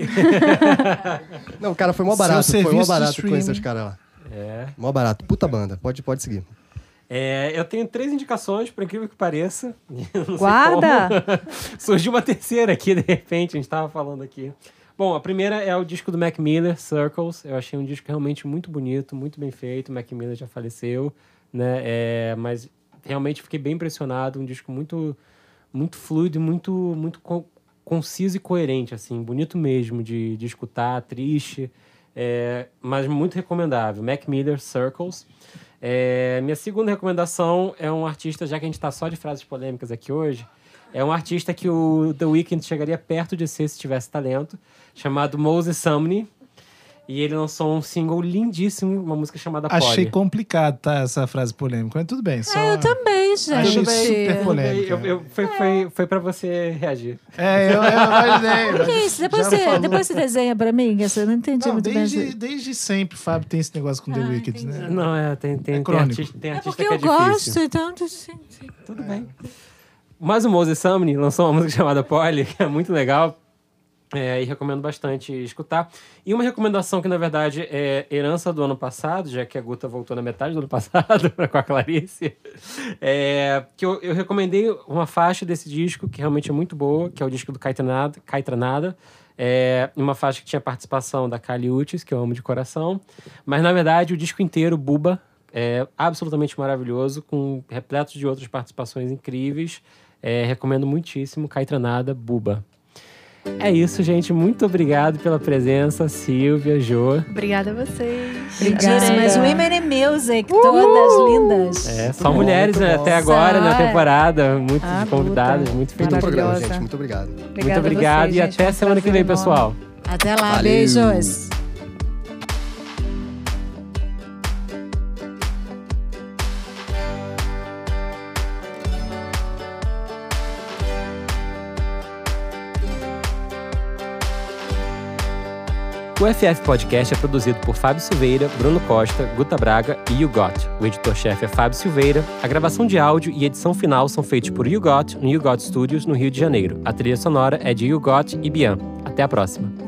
S5: Não, cara, foi mó barato. Foi mó barato conhecer os caras lá.
S3: É.
S5: Mó barato. Puta banda. Pode, pode seguir.
S3: É, eu tenho três indicações, por incrível que pareça. Não
S6: Guarda!
S3: sei como. Surgiu uma terceira aqui, de repente, a gente tava falando aqui. Bom, a primeira é o disco do Mac Miller, Circles. Eu achei um disco realmente muito bonito, muito bem feito. O Mac Miller já faleceu, né? É, mas realmente fiquei bem impressionado. Um disco muito, muito fluido, muito, muito co- conciso e coerente, assim. Bonito mesmo de, de escutar, triste, é, mas muito recomendável. Mac Miller, Circles. É, minha segunda recomendação é um artista, já que a gente tá só de frases polêmicas aqui hoje, é um artista que o The Weeknd chegaria perto de ser se tivesse talento, chamado Moses Sumney. E ele lançou um single lindíssimo, uma música chamada Polly.
S1: Achei complicado, tá, essa frase polêmica, mas tudo bem. Só...
S7: É, eu também, gente.
S1: Achei
S7: Tudo bem.
S1: super polêmica.
S3: Eu, eu, foi, foi, foi pra você reagir.
S1: É, eu, eu imaginei.
S7: O que é isso? Depois,
S1: Já
S7: você,
S1: falou.
S7: depois você desenha pra mim, essa eu não entendi
S1: Não,
S7: muito
S1: desde,
S7: bem.
S1: desde sempre o Fábio tem esse negócio com The
S7: Ah,
S1: Weeknd,
S7: entendi.
S1: né?
S3: Não, é, tem, tem,
S1: É
S3: tem
S1: crônico.
S3: artista, tem
S7: É
S3: artista
S7: porque
S3: que é
S7: eu
S3: difícil.
S7: gosto, então... Sim, sim.
S3: Tudo bem. Mas o Moses Sumney lançou uma música chamada Polly, que é muito legal. É, e recomendo bastante escutar. E uma recomendação que, na verdade, é herança do ano passado, já que a Guta voltou na metade do ano passado com a Clarice, é, que eu, eu recomendei uma faixa desse disco, que realmente é muito boa, que é o disco do Caetranada, Caetranada, é, uma faixa que tinha participação da Kali Uchis, que eu amo de coração, mas, na verdade, o disco inteiro, Buba, é absolutamente maravilhoso, com repletos de outras participações incríveis. É, recomendo muitíssimo, Caetranada, Buba. É isso, gente. Muito obrigado pela presença, Silvia, Jô.
S4: Obrigada a vocês.
S7: Obrigada. Mas o Women in Music, todas lindas.
S3: É, só
S5: bom,
S3: mulheres,
S5: muito
S3: né?
S5: bom.
S3: Até agora, na
S7: Só, é.
S3: temporada. Muitos
S6: Ah,
S3: convidados,
S6: puta.
S3: muito
S5: Muito
S3: feliz.
S5: programa,
S6: Maravilhosa.
S5: gente. Muito obrigado.
S6: Obrigada
S3: Muito
S6: a
S3: obrigado
S6: vocês,
S3: e
S6: gente.
S3: até
S6: Foi um
S3: semana que vem,
S6: prazer
S3: pessoal.
S7: Até lá,
S5: Valeu.
S7: beijos.
S3: O F F Podcast é produzido por Fábio Silveira, Bruno Costa, Guta Braga e You Got. O editor-chefe é Fábio Silveira. A gravação de áudio e edição final são feitos por You Got, no You Got Studios, no Rio de Janeiro. A trilha sonora é de You Got e Bian. Até a próxima.